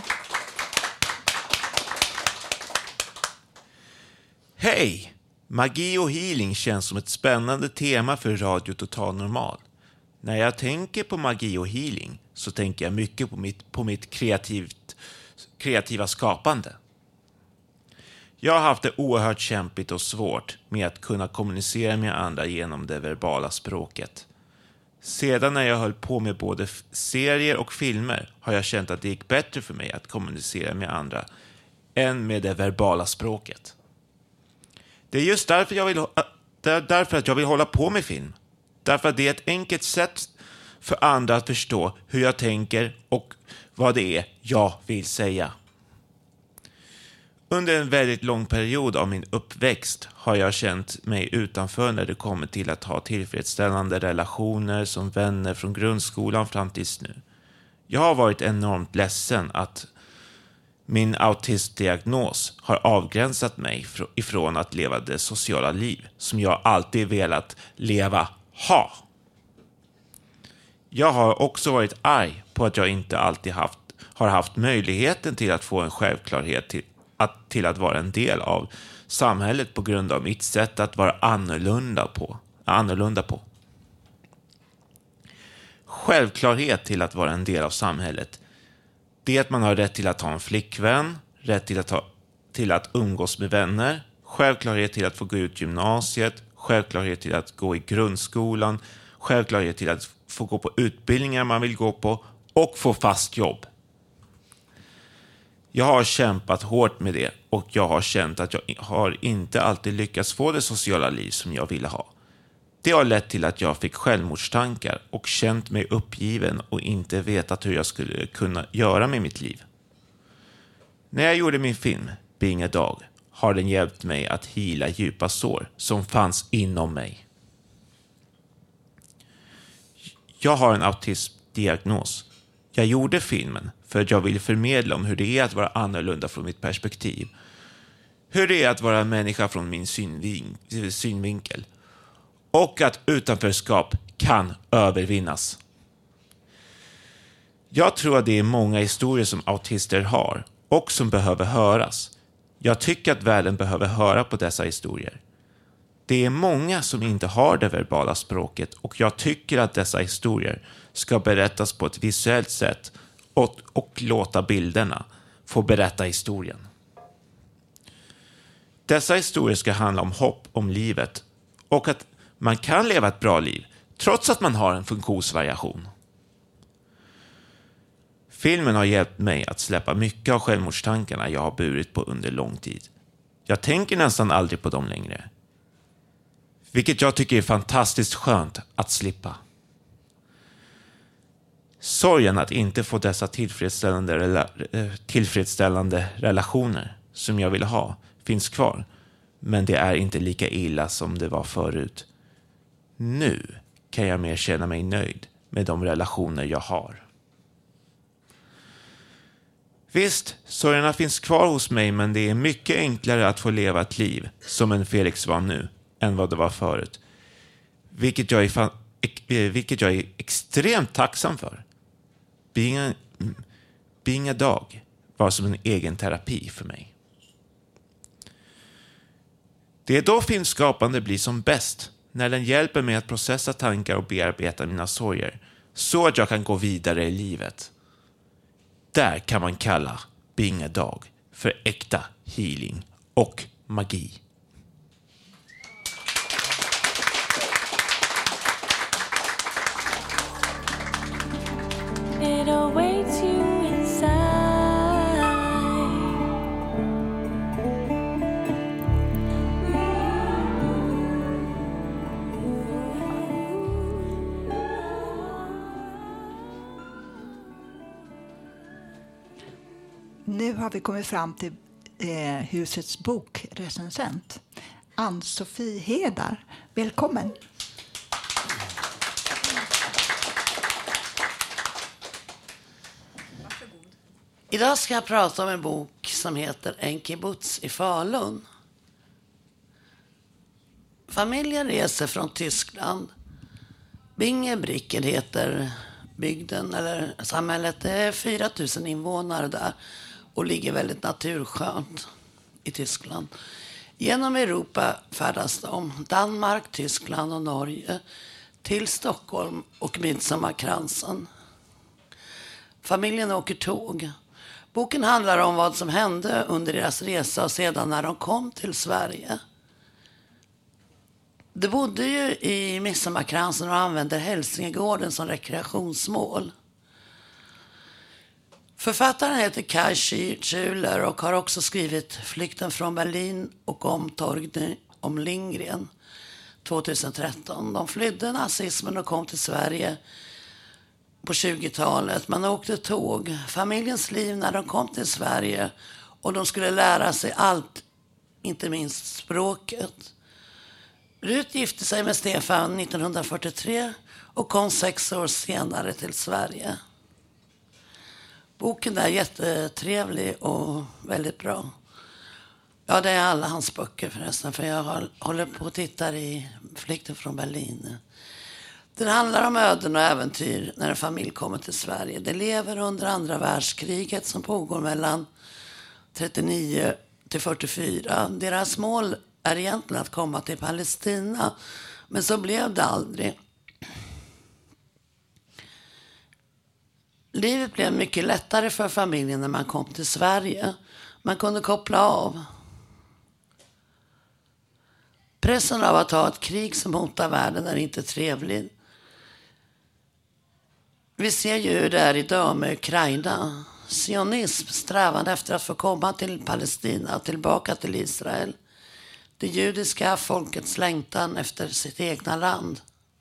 Hej! Magi och healing känns som ett spännande tema för Radio Total Normal. När jag tänker på magi och healing så tänker jag mycket på mitt kreativa skapande. Jag har haft det oerhört kämpigt och svårt med att kunna kommunicera med andra genom det verbala språket. Sedan när jag höll på med både serier och filmer har jag känt att det gick bättre för mig att kommunicera med andra än med det verbala språket. Det är just därför att jag vill hålla på med film. Därför att det är ett enkelt sätt för andra att förstå hur jag tänker och vad det är jag vill säga. Under en väldigt lång period av min uppväxt har jag känt mig utanför när det kommer till att ha tillfredsställande relationer som vänner från grundskolan fram tills nu. Jag har varit enormt ledsen att min autistdiagnos har avgränsat mig ifrån att leva det sociala liv som jag alltid velat ha. Jag har också varit arg på att jag inte alltid har haft möjligheten till att få en självklarhet till att vara en del av samhället på grund av mitt sätt att vara annorlunda på. Självklarhet till att vara en del av samhället. Det är att man har rätt till att ha en flickvän, rätt till att umgås med vänner, självklarhet till att få gå ut gymnasiet, självklarhet till att gå i grundskolan, självklarhet till att få gå på utbildningar man vill gå på och få fast jobb. Jag har kämpat hårt med det och jag har känt att jag har inte alltid lyckats få det sociala liv som jag ville ha. Det har lett till att jag fick självmordstankar och känt mig uppgiven och inte vetat hur jag skulle kunna göra med mitt liv. När jag gjorde min film, Being a Dog, har den hjälpt mig att hila djupa sår som fanns inom mig. Jag har en autismdiagnos. Jag gjorde filmen för att jag vill förmedla om hur det är att vara annorlunda från mitt perspektiv. Hur det är att vara en människa från min synvinkel. Och att utanförskap kan övervinnas. Jag tror att det är många historier som autister har och som behöver höras. Jag tycker att världen behöver höra på dessa historier. Det är många som inte har det verbala språket och jag tycker att dessa historier ska berättas på ett visuellt sätt och låta bilderna få berätta historien. Dessa historier ska handla om hopp om livet och att man kan leva ett bra liv trots att man har en funktionsvariation. Filmen har hjälpt mig att släppa mycket av självmordstankarna jag har burit på under lång tid. Jag tänker nästan aldrig på dem längre. Vilket jag tycker är fantastiskt skönt att slippa. Sorgen att inte få dessa tillfredsställande relationer som jag vill ha finns kvar. Men det är inte lika illa som det var förut. Nu kan jag mer känna mig nöjd med de relationer jag har. Visst, sorgerna finns kvar hos mig men det är mycket enklare att få leva ett liv som en Felix var nu än vad det var förut. Vilket jag är extremt tacksam för. Being a Dog var som en egen terapi för mig. Det är då filmskapande blir som bäst, när den hjälper mig att processa tankar och bearbeta mina sorger, så att jag kan gå vidare i livet. Där kan man kalla Being a Dog för äkta healing och magi. It awaits you inside. Nu har vi kommit fram till husets bokrecensent. Ann-Sofie Hedar. Välkommen. Idag ska jag prata om en bok som heter En kibbutz i Falun. Familjen reser från Tyskland. Bingebricken heter bygden eller samhället. Det är 4 000 invånare där och ligger väldigt naturskönt i Tyskland. Genom Europa färdas de, Danmark, Tyskland och Norge, till Stockholm och Midsommarkransen. Familjen åker tåg. Boken handlar om vad som hände under deras resa och sedan när de kom till Sverige. De bodde ju i Midsommarkransen och använde Hälsingegården som rekreationsmål. Författaren heter Kai Schüler och har också skrivit Flykten från Berlin och om Torgny om Lindgren 2013. De flydde nazismen och kom till Sverige på 20-talet. Man åkte tåg. Familjens liv när de kom till Sverige och de skulle lära sig allt, inte minst språket. Rut gifte sig med Stefan 1943 och kom 6 år senare till Sverige. Boken är jättetrevlig och väldigt bra. Ja, det är alla hans böcker förresten, för jag håller på att titta i Flykten från Berlin. Den handlar om öden och äventyr när en familj kommer till Sverige. De lever under andra världskriget som pågår mellan 39 till 44. Deras mål är egentligen att komma till Palestina, men så blev det aldrig. Livet blev mycket lättare för familjen när man kom till Sverige. Man kunde koppla av. Pressen av att ha ett krig som hotar världen är inte trevlig. Vi ser ju hur det är idag med Ukraina. Sionism, strävan efter att få komma till Palestina och tillbaka till Israel. Det judiska folkets längtan efter sitt egna land.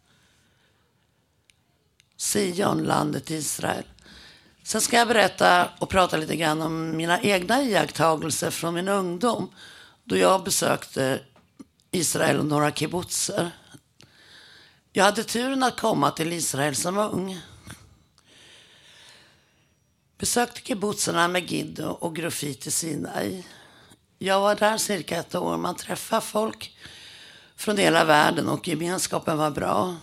Sion, landet Israel. Sen ska jag berätta och prata lite grann om mina egna iakttagelser från min ungdom. Då jag besökte Israel och några kibbutzer. Jag hade turen att komma till Israel som ung. Besökte kibbutzerna Megiddo och Grufit i Sinai. Jag var där cirka 1 år. Man träffar folk från hela världen och gemenskapen var bra.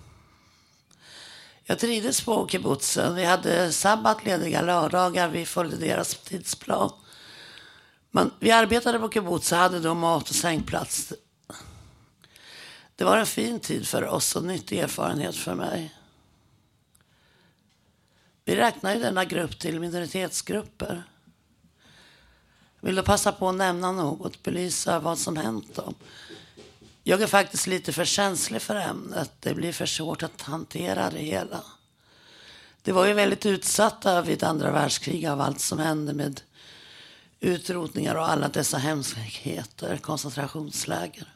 Jag trivdes på kibbutzen. Vi hade sabbat, lediga lördagar. Vi följde deras tidsplan. Men vi arbetade på kibbutz och hade då mat och sängplats. Det var en fin tid för oss och nyttig erfarenhet för mig. Vi räknar ju denna grupp till minoritetsgrupper. Vill du passa på att nämna något, belysa vad som hänt dem? Jag är faktiskt lite för känslig för ämnet. Det blir för svårt att hantera det hela. Det var ju väldigt utsatta vid andra världskrig av allt som hände med utrotningar och alla dessa hemskheter, koncentrationsläger.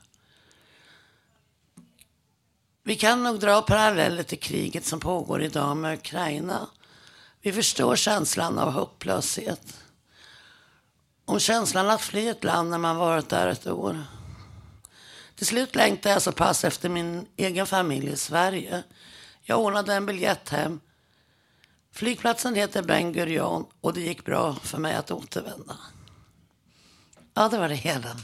Vi kan nog dra paralleller till kriget som pågår idag med Ukraina. Vi förstår känslan av hopplöshet. Om känslan att fly ett land när man varit där 1 år. Till slut längtade jag så pass efter min egen familj i Sverige. Jag ordnade en biljett hem. Flygplatsen heter Ben Gurion och det gick bra för mig att återvända. Ja, det var det hela.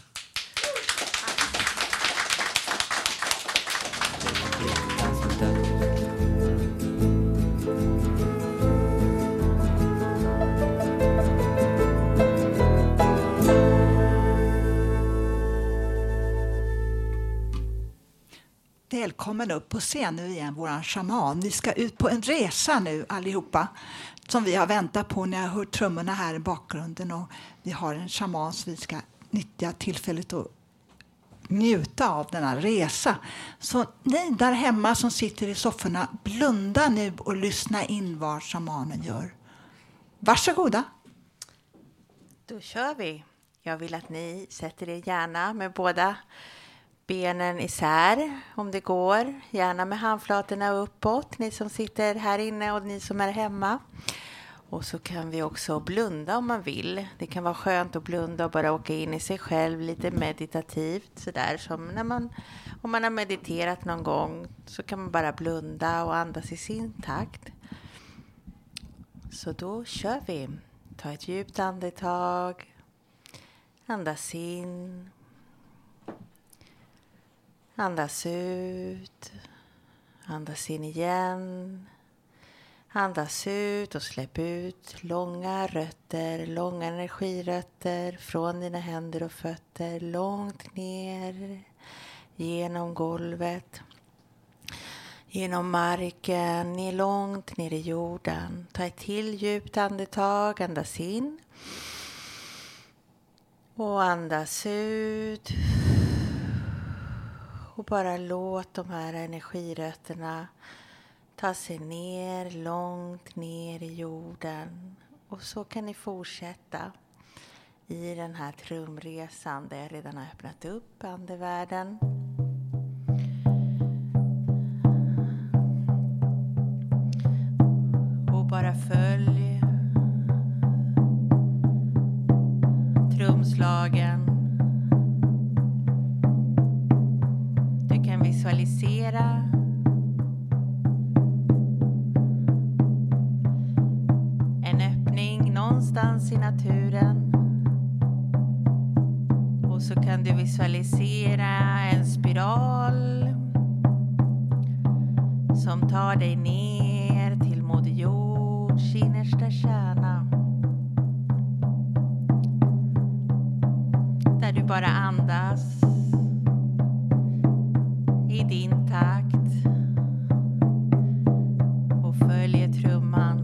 Välkommen upp på scen nu igen, våran shaman. Vi ska ut på en resa nu allihopa som vi har väntat på. Ni har hört trummorna här i bakgrunden och vi har en shaman så vi ska nyttja tillfället och njuta av denna resa. Så ni där hemma som sitter i sofforna, blunda nu och lyssna in vad shamanen gör. Varsågoda. Då kör vi. Jag vill att ni sätter er gärna med båda benen isär om det går. Gärna med handflatorna uppåt. Ni som sitter här inne och ni som är hemma. Och så kan vi också blunda om man vill. Det kan vara skönt att blunda och bara åka in i sig själv lite meditativt. Sådär som när om man har mediterat någon gång så kan man bara blunda och andas i sin takt. Så då kör vi. Ta ett djupt andetag. Andas in. Andas ut. Andas in igen. Andas ut och släpp ut långa rötter, långa energirötter från dina händer och fötter långt ner genom golvet, genom marken, långt ner i jorden. Ta ett till djupt andetag, andas in och andas ut. Och bara låt de här energirötterna ta sig ner, långt ner i jorden. Och så kan ni fortsätta i den här trumresan där jag redan har öppnat upp andevärlden. Och bara följ trumslagen. Du kan visualisera en öppning någonstans i naturen. Och så kan du visualisera en spiral som tar dig ner till Moder Jords innersta kärna. Där du bara andas i din takt och följer trumman.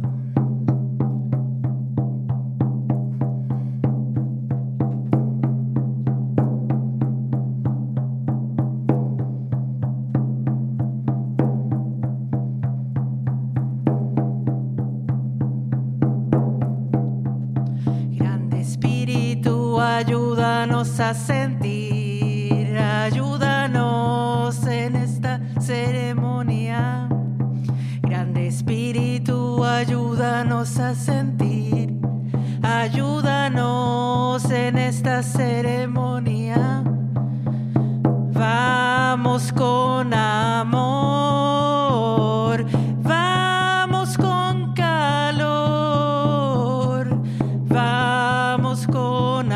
Grande Espíritu, ayúdanos a sentir, ayúdanos en esta ceremonia. Grande Espíritu, ayúdanos a sentir, ayúdanos en esta ceremonia. Vamos con amor, vamos con calor, vamos con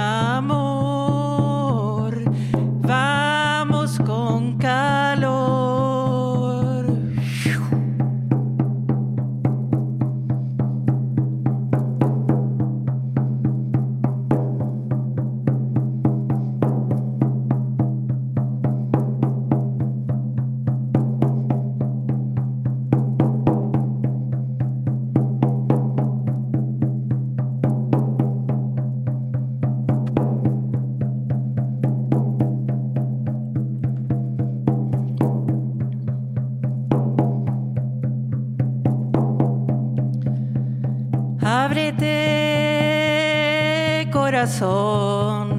amor, vamos con calor. Ábrete, corazón.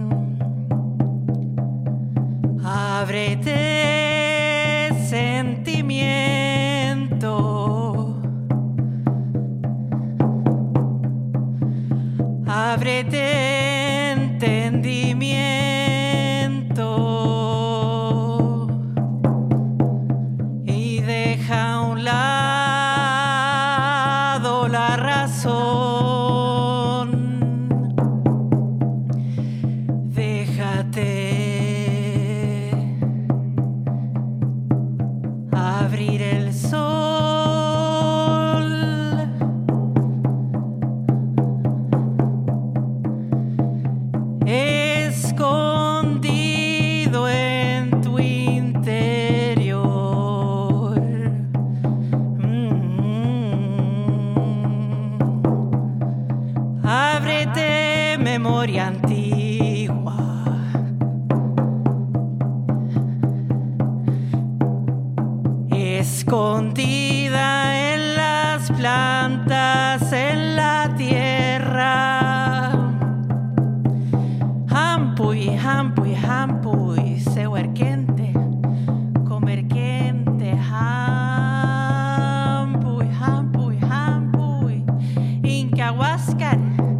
Ábrete, sentimiento. Ábrete, entendimiento. Y deja a un lado la razón. Déjate abrir el sol. Escondido en tu interior. Ábrete, memoria antigua. Escondida en las plantas, en la tierra. Hampuy, hampuy, hampuy, sehuerquente, comerquente, hampuy, hampuy, hampuy, incahuáscar.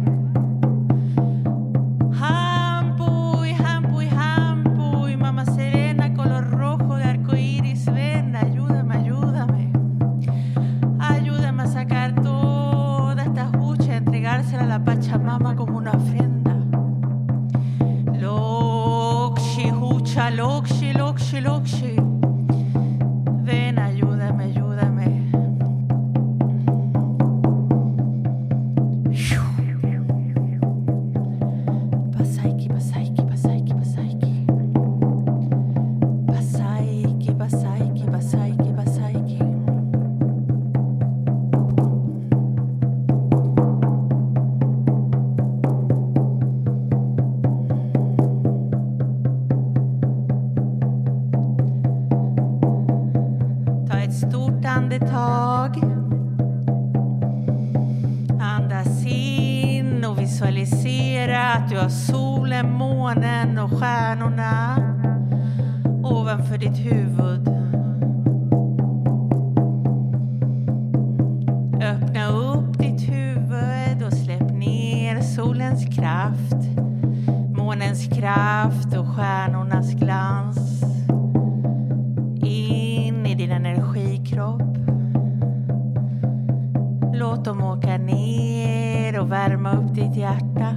Hampuy, hampuy, hampuy, mamá serena, color rojo de arcoíris, ven, ayúdame, ayúdame. Ayúdame a sacar toda esta hucha, entregársela a la Pachamama como una ofrenda. Lokshi hucha lucha, loxi, loxi, loxi. Ven, ayúdame, ayúdame. Pasaiki, pasaiki, pasaiki, pasaiki. Pasaiki, pasaiki, pasaiki, pasaiki. Ta ett stort andetag. Andas in och visualisera att du har solen, månen och stjärnorna ovanför ditt huvud. Öppna upp ditt huvud och släpp ner solens kraft, månens kraft och stjärnornas glans in i din energikropp. Låt dem åka ner och värma upp ditt hjärta.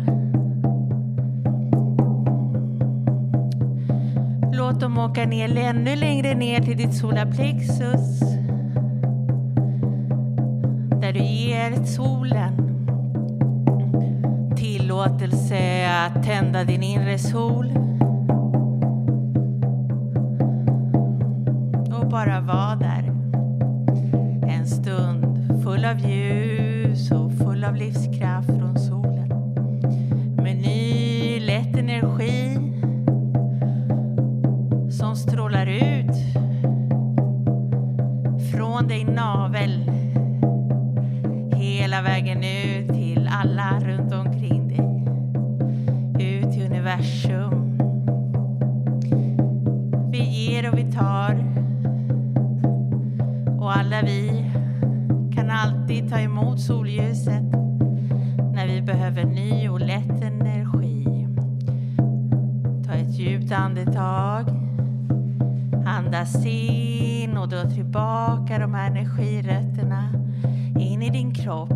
Låt dem åka ner ännu längre ner till ditt solarplexus. Där du ger solen tillåtelse att tända din inre sol. Och bara vara där en stund full av ljus och full av livskraft från solen. Med ny lätt energi som strålar ut från din navel hela vägen ut till alla runt omkring dig. Ut till universum. Vi ger och vi tar. Och alla vi kan alltid ta emot solljuset när vi behöver ny och lätt energi. Ta ett djupt andetag. Andas in och dra tillbaka de här energirötterna in i din kropp.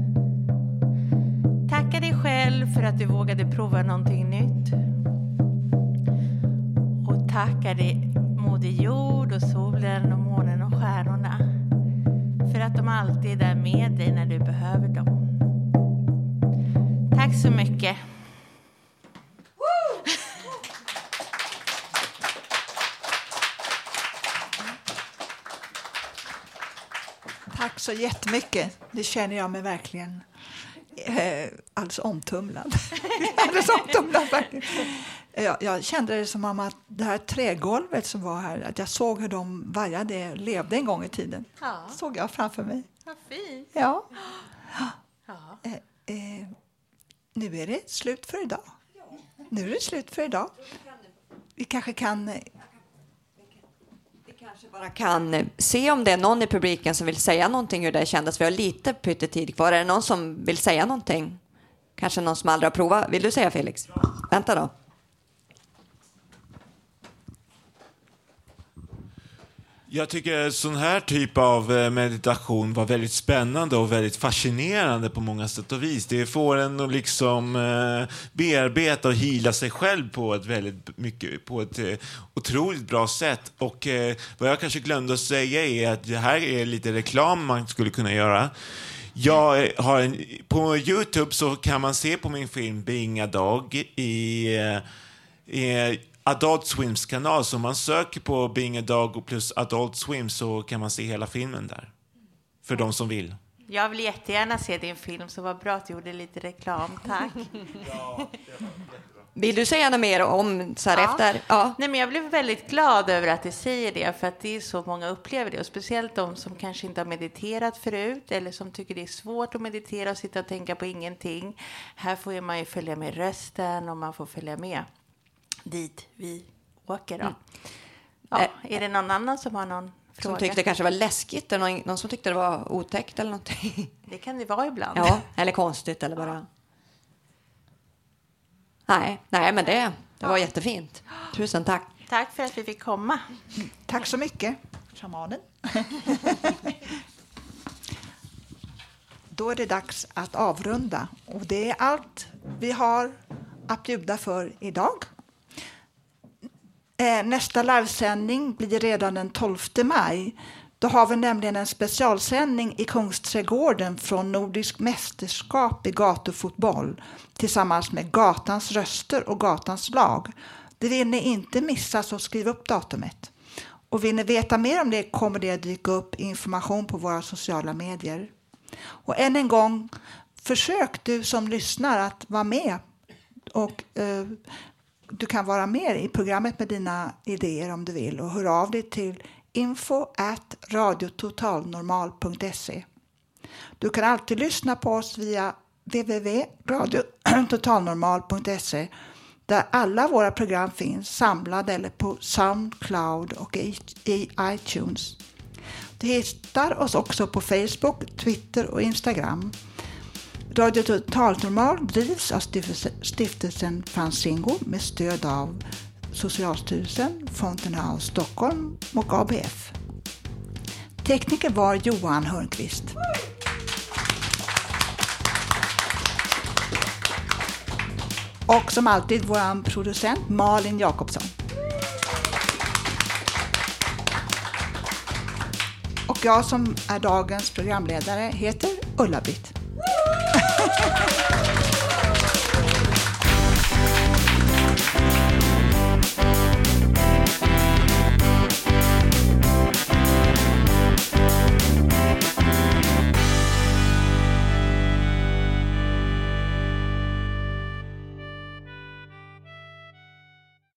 Tacka dig själv för att du vågade prova någonting nytt. Och tacka dig Moder Jord och solen och månen och stjärnorna för att de alltid är där med dig när du behöver dem. Tack så mycket. Tack så jättemycket. Det känner jag mig verkligen alldeles omtumlad. Alldeles omtumlad verkligen. Jag kände det som om att det här trägolvet som var här, att jag såg hur de vajade levde en gång i tiden. Ja. Såg jag framför mig. Vad fint. Ja. Ja. Nu är det slut för idag. Nu är det slut för idag. Vi kanske kan... Bara kan se om det är någon i publiken som vill säga någonting hur det kändes. Vi har lite pyttetid kvar. Är det någon som vill säga någonting? Kanske någon som aldrig har provat. Vill du säga, Felix? Vänta då. Jag tycker sån här typ av meditation var väldigt spännande och väldigt fascinerande på många sätt och vis. Det får en att liksom bearbeta och hila sig själv på ett otroligt bra sätt. Och vad jag kanske glömde att säga är att det här är lite reklam man skulle kunna göra. Jag har på YouTube så kan man se på min film Being a Dog i Adult Swims kanal, så om man söker på Being a Dog plus Adult Swim så kan man se hela filmen där. För de som vill. Jag vill jättegärna se din film, så vad bra att du gjorde lite reklam. Tack. Vill du säga något mer om så här efter? Ja. Nej, men jag blev väldigt glad över att du säger det, för att det är så många upplever det. Och speciellt de som kanske inte har mediterat förut eller som tycker det är svårt att meditera och sitta och tänka på ingenting. Här får man ju följa med rösten och man får följa med dit vi åker då. Ja, är det någon annan som har någon fråga? Som tyckte det kanske var läskigt eller någon som tyckte det var otäckt eller någonting? Det kan det vara ibland. Ja, eller konstigt eller bara... Nej, men det var jättefint. Tusen tack. Tack för att vi fick komma. Tack så mycket, shamanen. Då är det dags att avrunda. Och det är allt vi har att bjuda för idag. Nästa livesändning blir redan den 12 maj. Då har vi nämligen en specialsändning i Kungsträdgården från Nordisk mästerskap i gatufotboll tillsammans med Gatans röster och Gatans lag. Det vill ni inte missa, så skriv upp datumet. Och vill ni veta mer om det kommer det att dyka upp information på våra sociala medier. Och än en gång, försök du som lyssnar att vara med. Och du kan vara med i programmet med dina idéer om du vill. Och hör av dig till info@radiototalnormal.se. Du kan alltid lyssna på oss via www.radiototalnormal.se där alla våra program finns samlade, eller på Soundcloud och i iTunes. Du hittar oss också på Facebook, Twitter och Instagram. Radio Total Normal drivs av stiftelsen Fanzingo med stöd av Socialstyrelsen, Fountain House Stockholm och ABF. Tekniker var Johan Hörnqvist. Och som alltid vår producent Malin Jakobsson. Och jag som är dagens programledare heter Ulla-Britt.